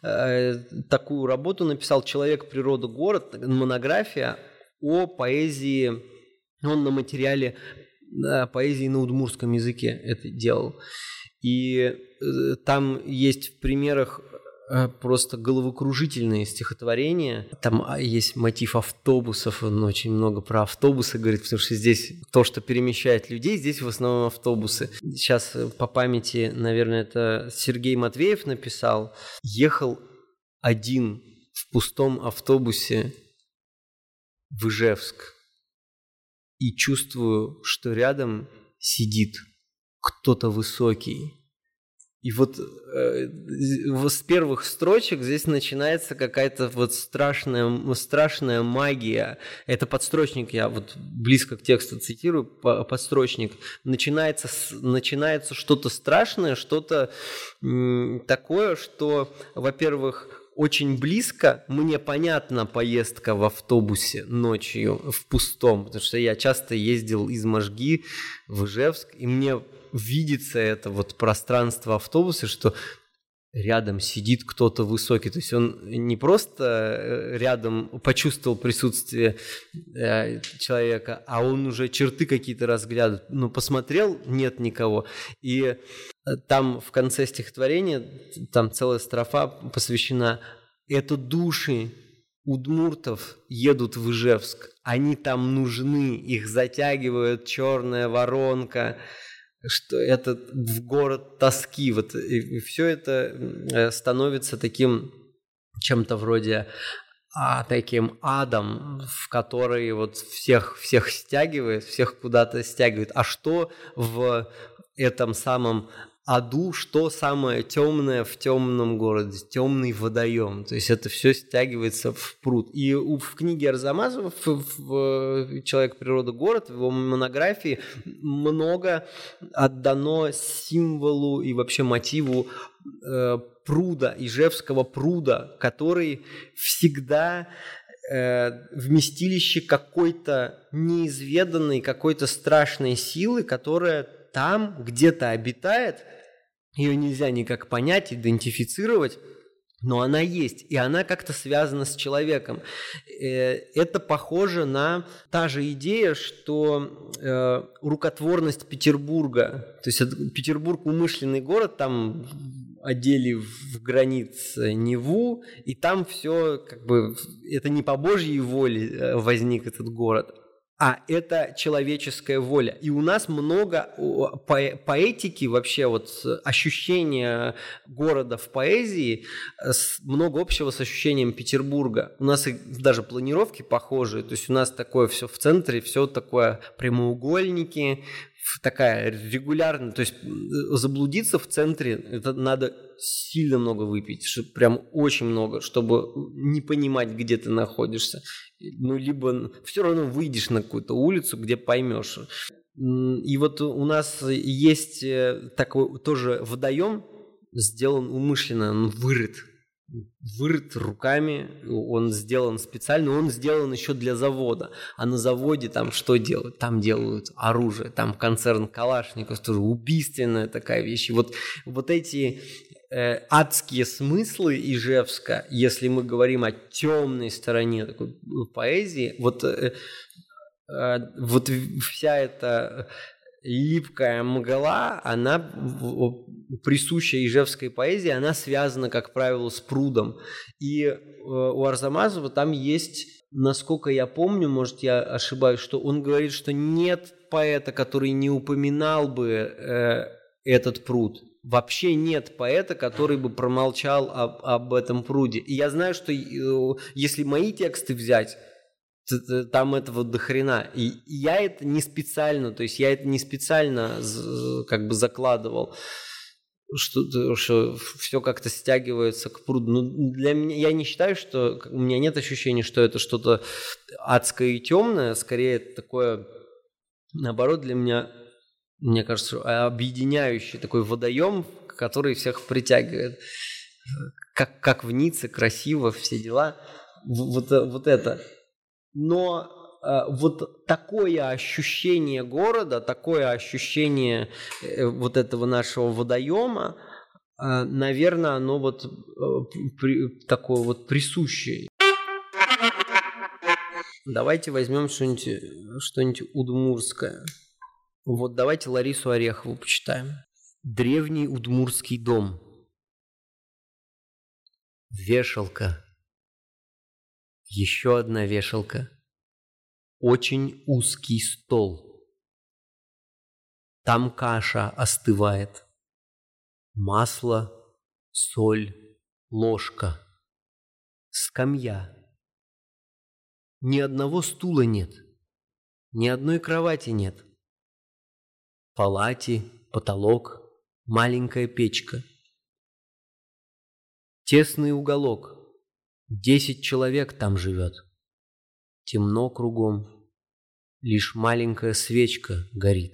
такую работу написал «Человек, природа, город», монография о поэзии, он на материале поэзии на удмуртском языке это делал. И там есть в примерах просто головокружительные стихотворения. Там есть мотив автобусов, он очень много про автобусы говорит, потому что здесь то, что перемещает людей, здесь в основном автобусы. Сейчас по памяти, наверное, это Сергей Матвеев написал. Ехал один в пустом автобусе в Ижевск и чувствую, что рядом сидит кто-то высокий. И вот с первых строчек здесь начинается какая-то вот страшная магия. Это подстрочник, я вот близко к тексту цитирую, подстрочник. Начинается что-то страшное, что-то такое, что, во-первых, очень близко, мне понятна поездка в автобусе ночью в пустом, потому что я часто ездил из Можги в Ижевск, и мне видится это вот пространство автобуса, что рядом сидит кто-то высокий. То есть он не просто рядом почувствовал присутствие человека, а он уже черты какие-то разглядывает. Но посмотрел, нет никого. И там в конце стихотворения, там целая строфа посвящена «Это души удмуртов едут в Ижевск. Они там нужны, их затягивает черная воронка». Что это в город тоски, вот, и все это становится таким чем-то вроде таким адом, в который вот всех стягивает, всех куда-то стягивает. А что в этом самом аду, что самое темное в темном городе? Темный водоем. То есть это все стягивается в пруд. И в книге Арзамасова в «Человек, природа, город», в его монографии много отдано символу и вообще мотиву пруда, ижевского пруда, который всегда вместилище какой-то неизведанной, какой-то страшной силы, которая там где-то обитает, ее нельзя никак понять, идентифицировать, но она есть, и она как-то связана с человеком. Это похоже на та же идея, что рукотворность Петербурга, то есть Петербург умышленный город, там одели в границ Неву, и там все как бы, это не по Божьей воле возник этот город, а это человеческая воля. И у нас много поэтики, вообще вот ощущения города в поэзии, много общего с ощущением Петербурга. У нас и даже планировки похожие, то есть у нас такое все в центре, все такое прямоугольники, такая регулярная, то есть заблудиться в центре, это надо сильно много выпить, прям очень много, чтобы не понимать, где ты находишься. Ну, либо все равно выйдешь на какую-то улицу, где поймешь. И вот у нас есть такой тоже водоем, сделан умышленно, он вырыт руками, он сделан специально, он сделан еще для завода. А на заводе там что делают? Там делают оружие, там концерн Калашников, тоже убийственная такая вещь. И вот эти адские смыслы Ижевска, если мы говорим о темной стороне такой поэзии, вот вся эта липкая мгла, она присуща ижевской поэзии, она связана, как правило, с прудом. И у Арзамасова там есть, насколько я помню, может, я ошибаюсь, что он говорит, что нет поэта, который не упоминал бы этот пруд. Вообще нет поэта, который бы промолчал об этом пруде. И я знаю, что если мои тексты взять, там этого до хрена. И я это не специально, то есть я это не специально как бы закладывал, что все как-то стягивается к пруду. Ну, для меня, я не считаю, что... У меня нет ощущения, что это что-то адское и темное. Скорее, это такое, наоборот, для меня, мне кажется, объединяющий такой водоем, который всех притягивает. Как в Ницце, красиво, все дела. Вот это... Но вот такое ощущение города, такое ощущение вот этого нашего водоема, наверное, оно вот такое вот присущее. Давайте возьмем что-нибудь удмуртское. Вот давайте Ларису Орехову почитаем. Древний удмуртский дом. Вешалка. Еще одна вешалка. Очень узкий стол. Там каша остывает. Масло, соль, ложка. Скамья. Ни одного стула нет. Ни одной кровати нет. Палати, потолок, маленькая печка. Тесный уголок. 10 человек там живет. Темно кругом. Лишь маленькая свечка горит.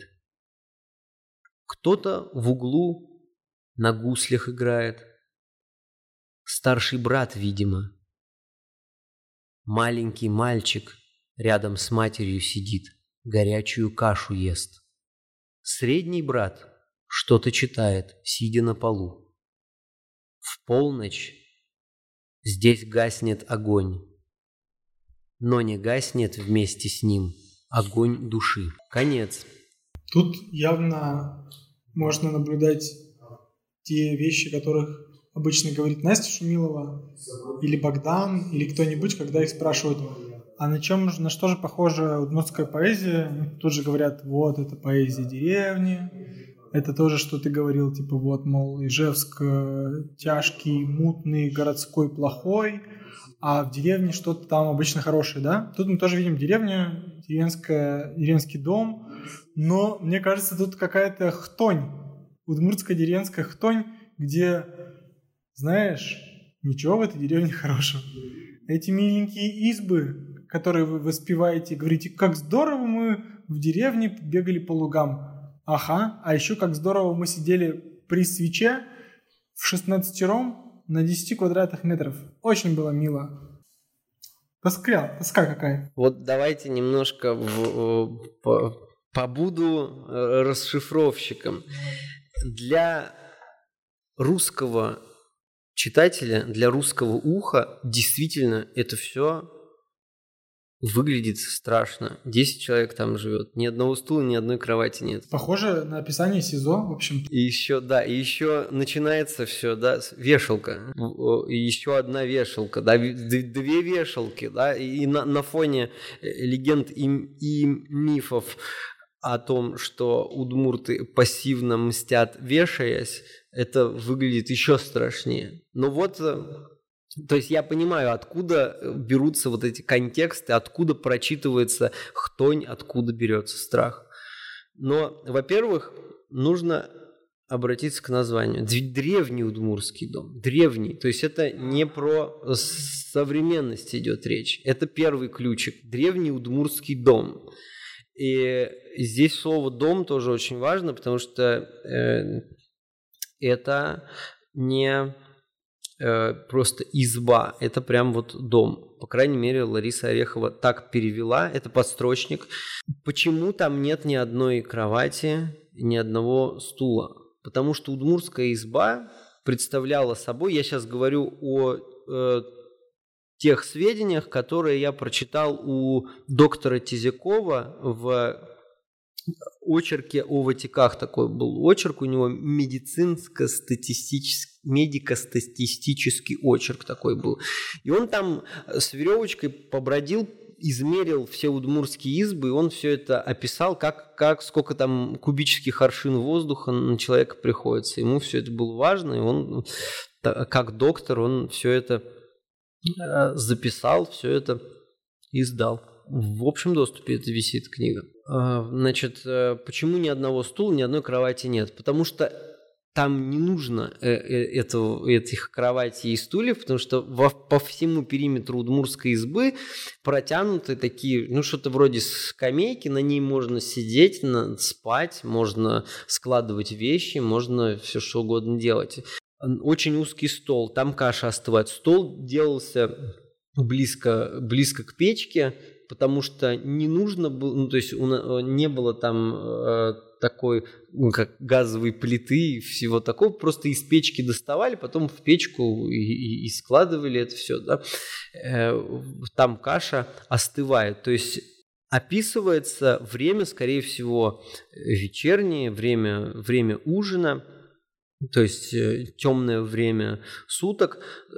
Кто-то в углу на гуслях играет. Старший брат, видимо. Маленький мальчик рядом с матерью сидит, горячую кашу ест. Средний брат что-то читает, сидя на полу. В полночь здесь гаснет огонь, но не гаснет вместе с ним огонь души. Конец. Тут явно можно наблюдать те вещи, которых обычно говорит Настя Шумилова или Богдан, или кто-нибудь, когда их спрашивают, а на что же похожа удмуртская поэзия? Тут же говорят, вот, это поэзия деревни. Это тоже, что ты говорил, типа, вот, мол, Ижевск тяжкий, мутный, городской плохой, а в деревне что-то там обычно хорошее, да? Тут мы тоже видим деревню, деревенский дом, но, мне кажется, тут какая-то хтонь, удмуртская деревенская хтонь, где, знаешь, ничего в этой деревне хорошего. Эти миленькие избы, которые вы воспеваете, говорите, как здорово мы в деревне бегали по лугам. Ага, а еще как здорово мы сидели при свече в 16-ром на 10 квадратных метров. Очень было мило. Тоска какая. Вот давайте немножко побуду расшифровщиком. Для русского читателя, для русского уха действительно это все выглядит страшно. 10 человек там живет. Ни одного стула, ни одной кровати нет. Похоже на описание СИЗО, в общем. И еще начинается все, да, вешалка. И еще одна вешалка, да, 2 вешалки, да, и на фоне легенд и мифов о том, что удмурты пассивно мстят, вешаясь, это выглядит еще страшнее. Но вот... То есть я понимаю, откуда берутся вот эти контексты, откуда прочитывается хтонь, откуда берется страх. Но, во-первых, нужно обратиться к названию. Древний удмуртский дом. Древний. То есть это не про современность идет речь. Это первый ключик. Древний удмуртский дом. И здесь слово «дом» тоже очень важно, потому что это не... просто изба, это прям вот дом. По крайней мере, Лариса Орехова так перевела, это подстрочник. Почему там нет ни одной кровати, ни одного стула? Потому что удмуртская изба представляла собой, я сейчас говорю о тех сведениях, которые я прочитал у доктора Тизякова очерке о Ватиках такой был очерк, у него медико-статистический очерк такой был. И он там с веревочкой побродил, измерил все удмуртские избы, и он все это описал, сколько там кубических аршин воздуха на человека приходится. Ему все это было важно, и он, как доктор, он все это записал, все это издал. В общем доступе это висит книга. Значит, почему ни одного стула, ни одной кровати нет? Потому что там не нужно этих кроватей и стульев, потому что по всему периметру удмуртской избы протянуты такие, что-то вроде скамейки, на ней можно сидеть, спать, можно складывать вещи, можно все что угодно делать. Очень узкий стол, там каша остывает. Стол делался близко к печке, потому что не нужно было, то есть не было там такой, как газовой плиты и всего такого, просто из печки доставали, потом в печку и складывали это все, да. Там каша остывает, то есть описывается время, скорее всего, вечернее, время ужина, то есть темное время суток,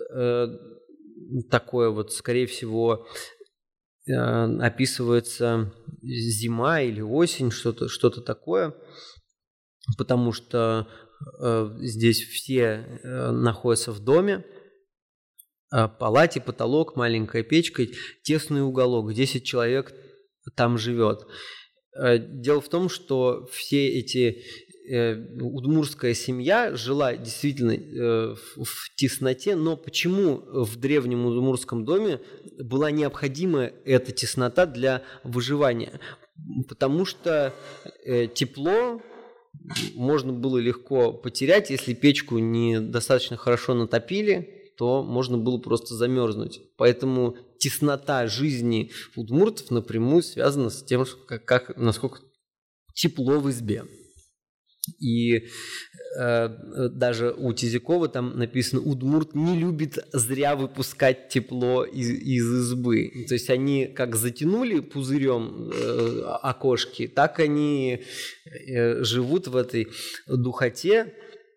такое вот, скорее всего, описывается зима или осень, что-то такое, потому что здесь все находятся в доме, палате, потолок, маленькая печка, тесный уголок, 10 человек там живет. Дело в том, что все эти удмуртская семья жила действительно в тесноте, но почему в древнем удмуртском доме была необходима эта теснота для выживания? Потому что тепло можно было легко потерять, если печку не достаточно хорошо натопили, то можно было просто замерзнуть. Поэтому теснота жизни удмуртов напрямую связана с тем, насколько тепло в избе. И даже у Тизякова там написано: удмурт не любит зря выпускать тепло из избы. То есть они как затянули пузырем окошки, так они живут в этой духоте.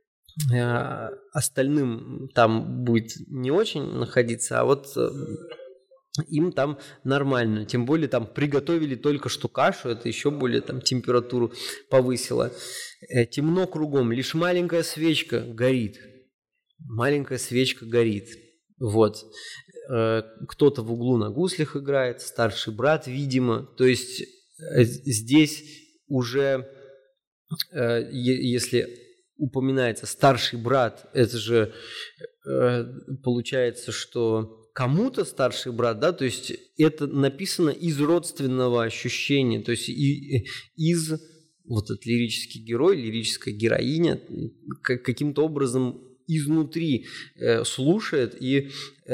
Остальным там будет не очень находиться, а вот им там нормально. Тем более там приготовили только что кашу, это еще более там температуру повысило. Темно кругом, лишь маленькая свечка горит. Маленькая свечка горит. Вот. Кто-то в углу на гуслях играет, старший брат, видимо. То есть здесь уже, если упоминается старший брат, это же получается, что кому-то старший брат, да, то есть это написано из родственного ощущения, то есть из вот этот лирический герой, лирическая героиня каким-то образом изнутри слушает и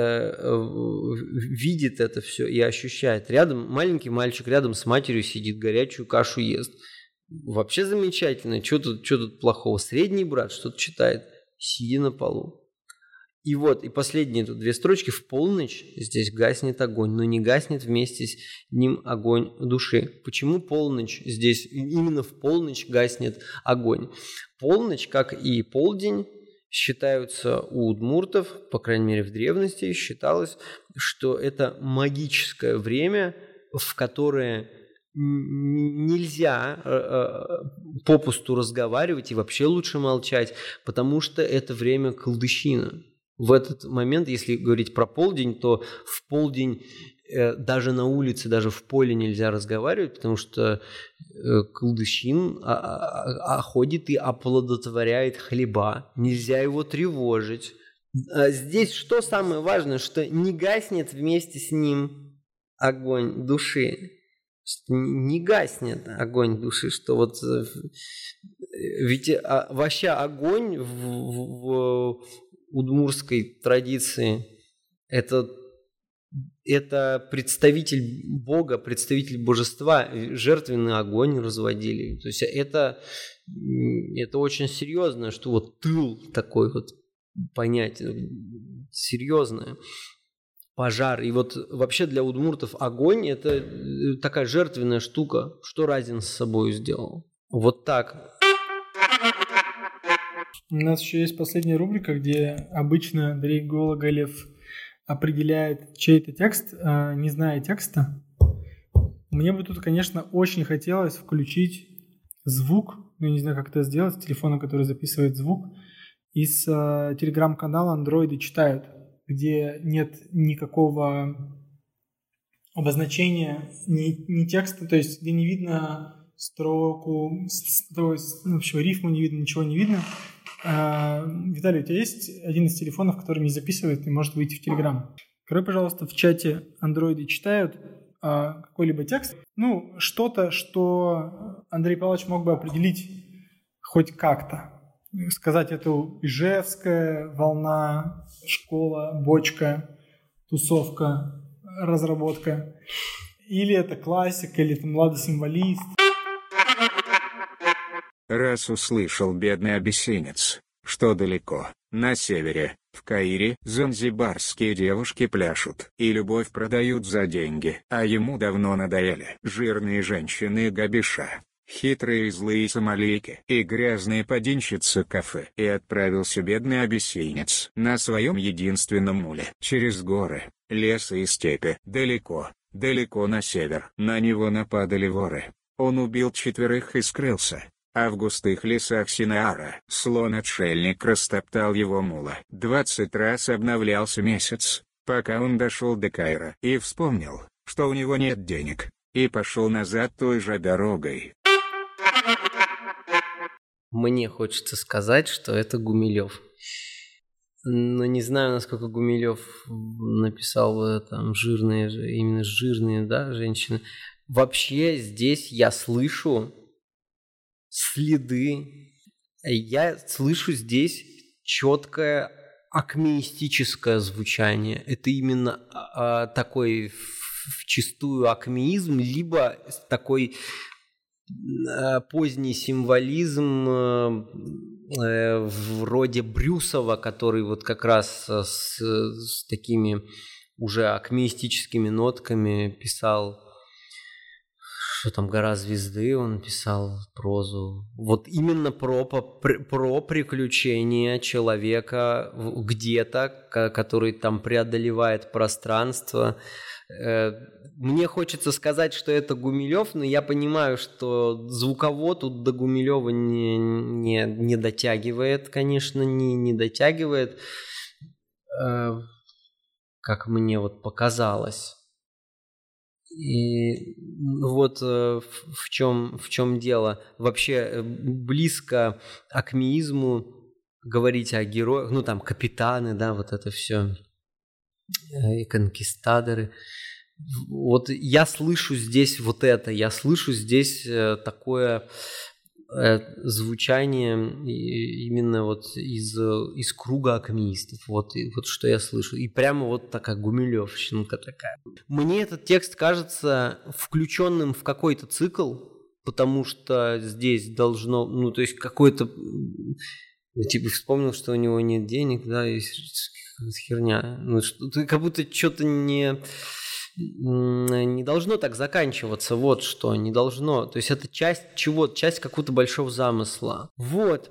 видит это все и ощущает. Рядом маленький мальчик рядом с матерью сидит, горячую кашу ест. Вообще замечательно. Что тут плохого? Средний брат что-то читает, сидя на полу. И вот, и последние тут 2 строчки. В полночь здесь гаснет огонь, но не гаснет вместе с ним огонь души. Почему полночь здесь? Именно в полночь гаснет огонь. Полночь, как и полдень, считаются у удмуртов, по крайней мере в древности, считалось, что это магическое время, в которое нельзя попусту разговаривать и вообще лучше молчать, потому что это время колдыщина. В этот момент, если говорить про полдень, то в полдень даже на улице, даже в поле нельзя разговаривать, потому что колдыщин ходит и оплодотворяет хлеба. Нельзя его тревожить. Здесь что самое важное, что не гаснет вместе с ним огонь души. Не гаснет огонь души, что вот ведь вообще огонь в удмуртской традиции это представитель Бога, представитель божества, жертвенный огонь разводили. То есть это очень серьезно, что вот тыл такой вот понятие серьезное. Пожар. И вот вообще для удмуртов огонь – это такая жертвенная штука. Что Разин с собой сделал? Вот так. У нас еще есть последняя рубрика, где обычно Андрей Гоголев определяет чей-то текст, не зная текста. Мне бы тут, конечно, очень хотелось включить звук, я не знаю, как это сделать, с телефона, который записывает звук, из телеграм-канала «Андроиды читают», где нет никакого обозначения, ни текста, то есть где не видно строку, то есть, в общем, рифму не видно, ничего не видно. Виталий, у тебя есть один из телефонов, который не записывает и может выйти в Телеграм? Открой, пожалуйста, в чате «Андроиды читают» какой-либо текст. Ну, что-то, что Андрей Павлович мог бы определить хоть как-то. Сказать, это Ижевская, волна, школа, бочка, тусовка, разработка. Или это классика, или это младый символист. Раз услышал бедный абиссинец, что далеко, на севере, в Каире, занзибарские девушки пляшут и любовь продают за деньги, а ему давно надоели жирные женщины Габиша, хитрые и злые сомалийки и грязные подинщицы кафе. И отправился бедный абиссинец на своем единственном муле через горы, леса и степи, далеко, далеко на север. На него нападали воры. Он убил 4 и скрылся. А в густых лесах Синаара слон-отшельник растоптал его мула. 20 раз обновлялся месяц, пока он дошел до Каира и вспомнил, что у него нет денег, и пошел назад той же дорогой. Мне хочется сказать, что это Гумилев. Но не знаю, насколько Гумилев написал там жирные, именно жирные, да, женщины. Вообще здесь я слышу следы. Я слышу здесь четкое акмеистическое звучание. Это именно такой вчистую акмеизм, либо такой поздний символизм вроде Брюсова, который вот как раз с такими уже акмеистическими нотками писал. Что там «Гора звезды», он писал прозу. Вот именно про приключения человека где-то, который там преодолевает пространство. Мне хочется сказать, что это Гумилев, но я понимаю, что звуково тут до Гумилева не дотягивает, конечно, не дотягивает, как мне вот показалось. И вот в чем дело. Вообще близко акмеизму говорить о героях, ну там капитаны, да, вот это все, и конкистадоры. Вот я слышу здесь вот это, я слышу здесь такое звучание именно вот из круга акмеистов. Вот что я слышу. И прямо вот такая гумилевщинка такая. Мне этот текст кажется включенным в какой-то цикл, потому что здесь должно, ну то есть какой-то, типа вспомнил, что у него нет денег, да, и херня. Ну, как будто что-то не должно так заканчиваться, вот что, не должно. То есть это часть чего-то, часть какого-то большого замысла. Вот,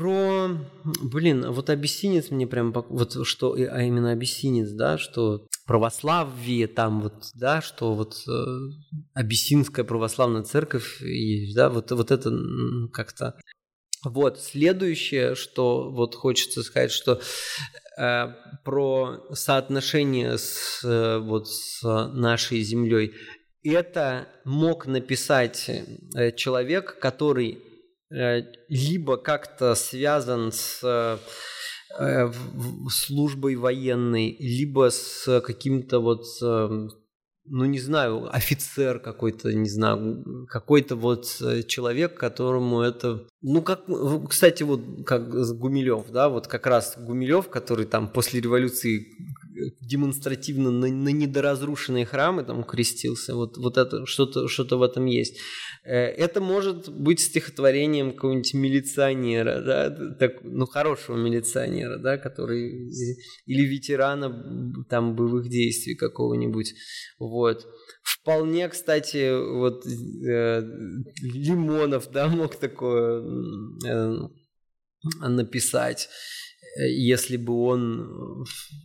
вот абиссинец мне прям, вот что, а именно абиссинец, да, что православие там вот, да, что вот абиссинская православная церковь есть, да, вот это как-то. Вот, следующее, что вот хочется сказать, что про соотношение с нашей землей. Это мог написать человек, который либо как-то связан с службой военной, либо с каким-то вот, ну не знаю, офицер какой-то, не знаю, какой-то вот человек, которому это, ну как, кстати, вот как Гумилев, да, вот как раз Гумилев, который там после революции демонстративно на недоразрушенные храмы там крестился. Вот это что-то в этом есть. Это может быть стихотворением какого-нибудь милиционера, да, хорошего милиционера, да, который или ветерана там боевых действий какого-нибудь. Вот. Вполне, кстати, вот Лимонов, да, мог такое написать, если бы он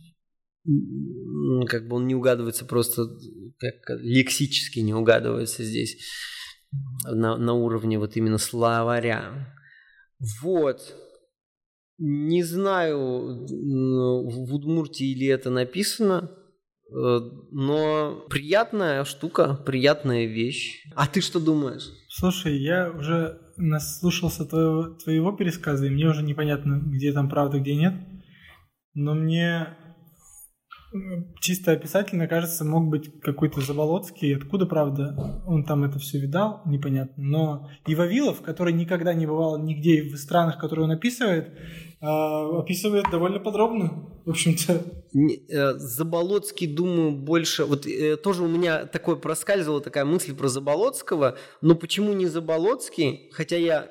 он не угадывается просто, лексически не угадывается здесь на уровне вот именно словаря. Вот. Не знаю, в Удмуртии ли это написано, но приятная штука, приятная вещь. А ты что думаешь? Слушай, я уже наслушался твоего пересказа, и мне уже непонятно, где там правда, где нет. Но мне чисто описательно кажется, мог быть какой-то Заболоцкий. Откуда, правда, он там это все видал, непонятно. Но и Вавилов, который никогда не бывал нигде в странах, которые он описывает довольно подробно, в общем-то. Заболоцкий, думаю, больше... Вот тоже у меня проскальзывала такая мысль про Заболоцкого, но почему не Заболоцкий? Хотя я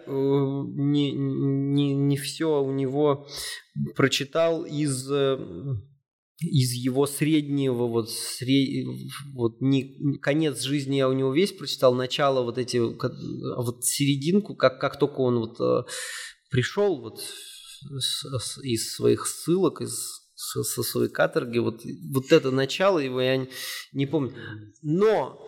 не все у него прочитал из его среднего, не конец жизни я у него весь прочитал, начало серединку, как только он пришел из своих ссылок, со своей каторги, вот это начало его я не помню. Но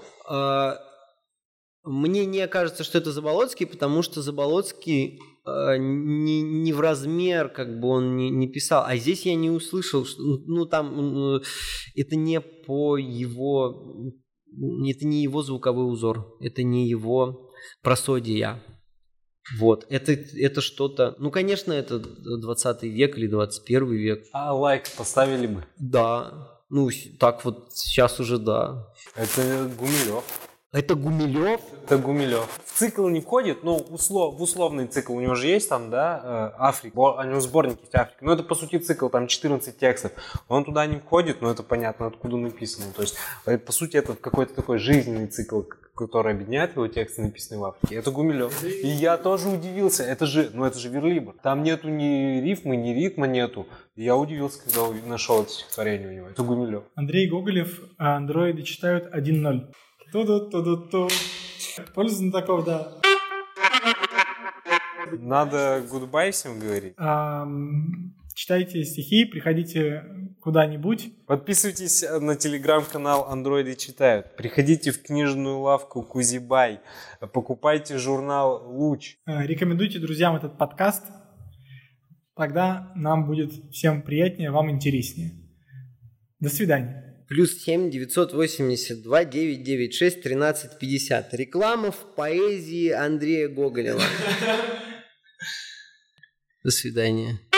мне не кажется, что это Заболоцкий, потому что Заболоцкий не в размер, он не писал. А здесь я не услышал, что, это не по его, это не его звуковой узор, это не его просодия. Вот, это что-то, конечно, это 20 век или 21 век. А лайк поставили бы? Да, так вот сейчас уже да. Это Гумилев. Это Гумилев? Это Гумилев. В цикл не входит, в условный цикл. У него же есть там, да, Африка. У него сборник есть Африка. Это, по сути, цикл, там 14 текстов. Он туда не входит, но это понятно, откуда написано. То есть, по сути, это какой-то такой жизненный цикл, который объединяет его тексты, написанные в Африке. Это Гумилев. И я тоже удивился. Это же Верлибр. Там нету ни рифмы, ни ритма нету. И я удивился, когда нашел это стихотворение у него. Это Гумилев. Андрей Гоголев, а андроиды читают 1.0. Ту-ду-ту-ду-ту. Пользу знатоков, да. Надо гудбай всем говорить. Читайте стихи, приходите куда-нибудь. Подписывайтесь на телеграм-канал «Андроиды читают». Приходите в книжную лавку Кузибай. Покупайте журнал «Луч». Рекомендуйте друзьям этот подкаст. Тогда нам будет всем приятнее, вам интереснее. До свидания. +7 982 996 1350. Реклама в поэзии Андрея Гоголева. До свидания.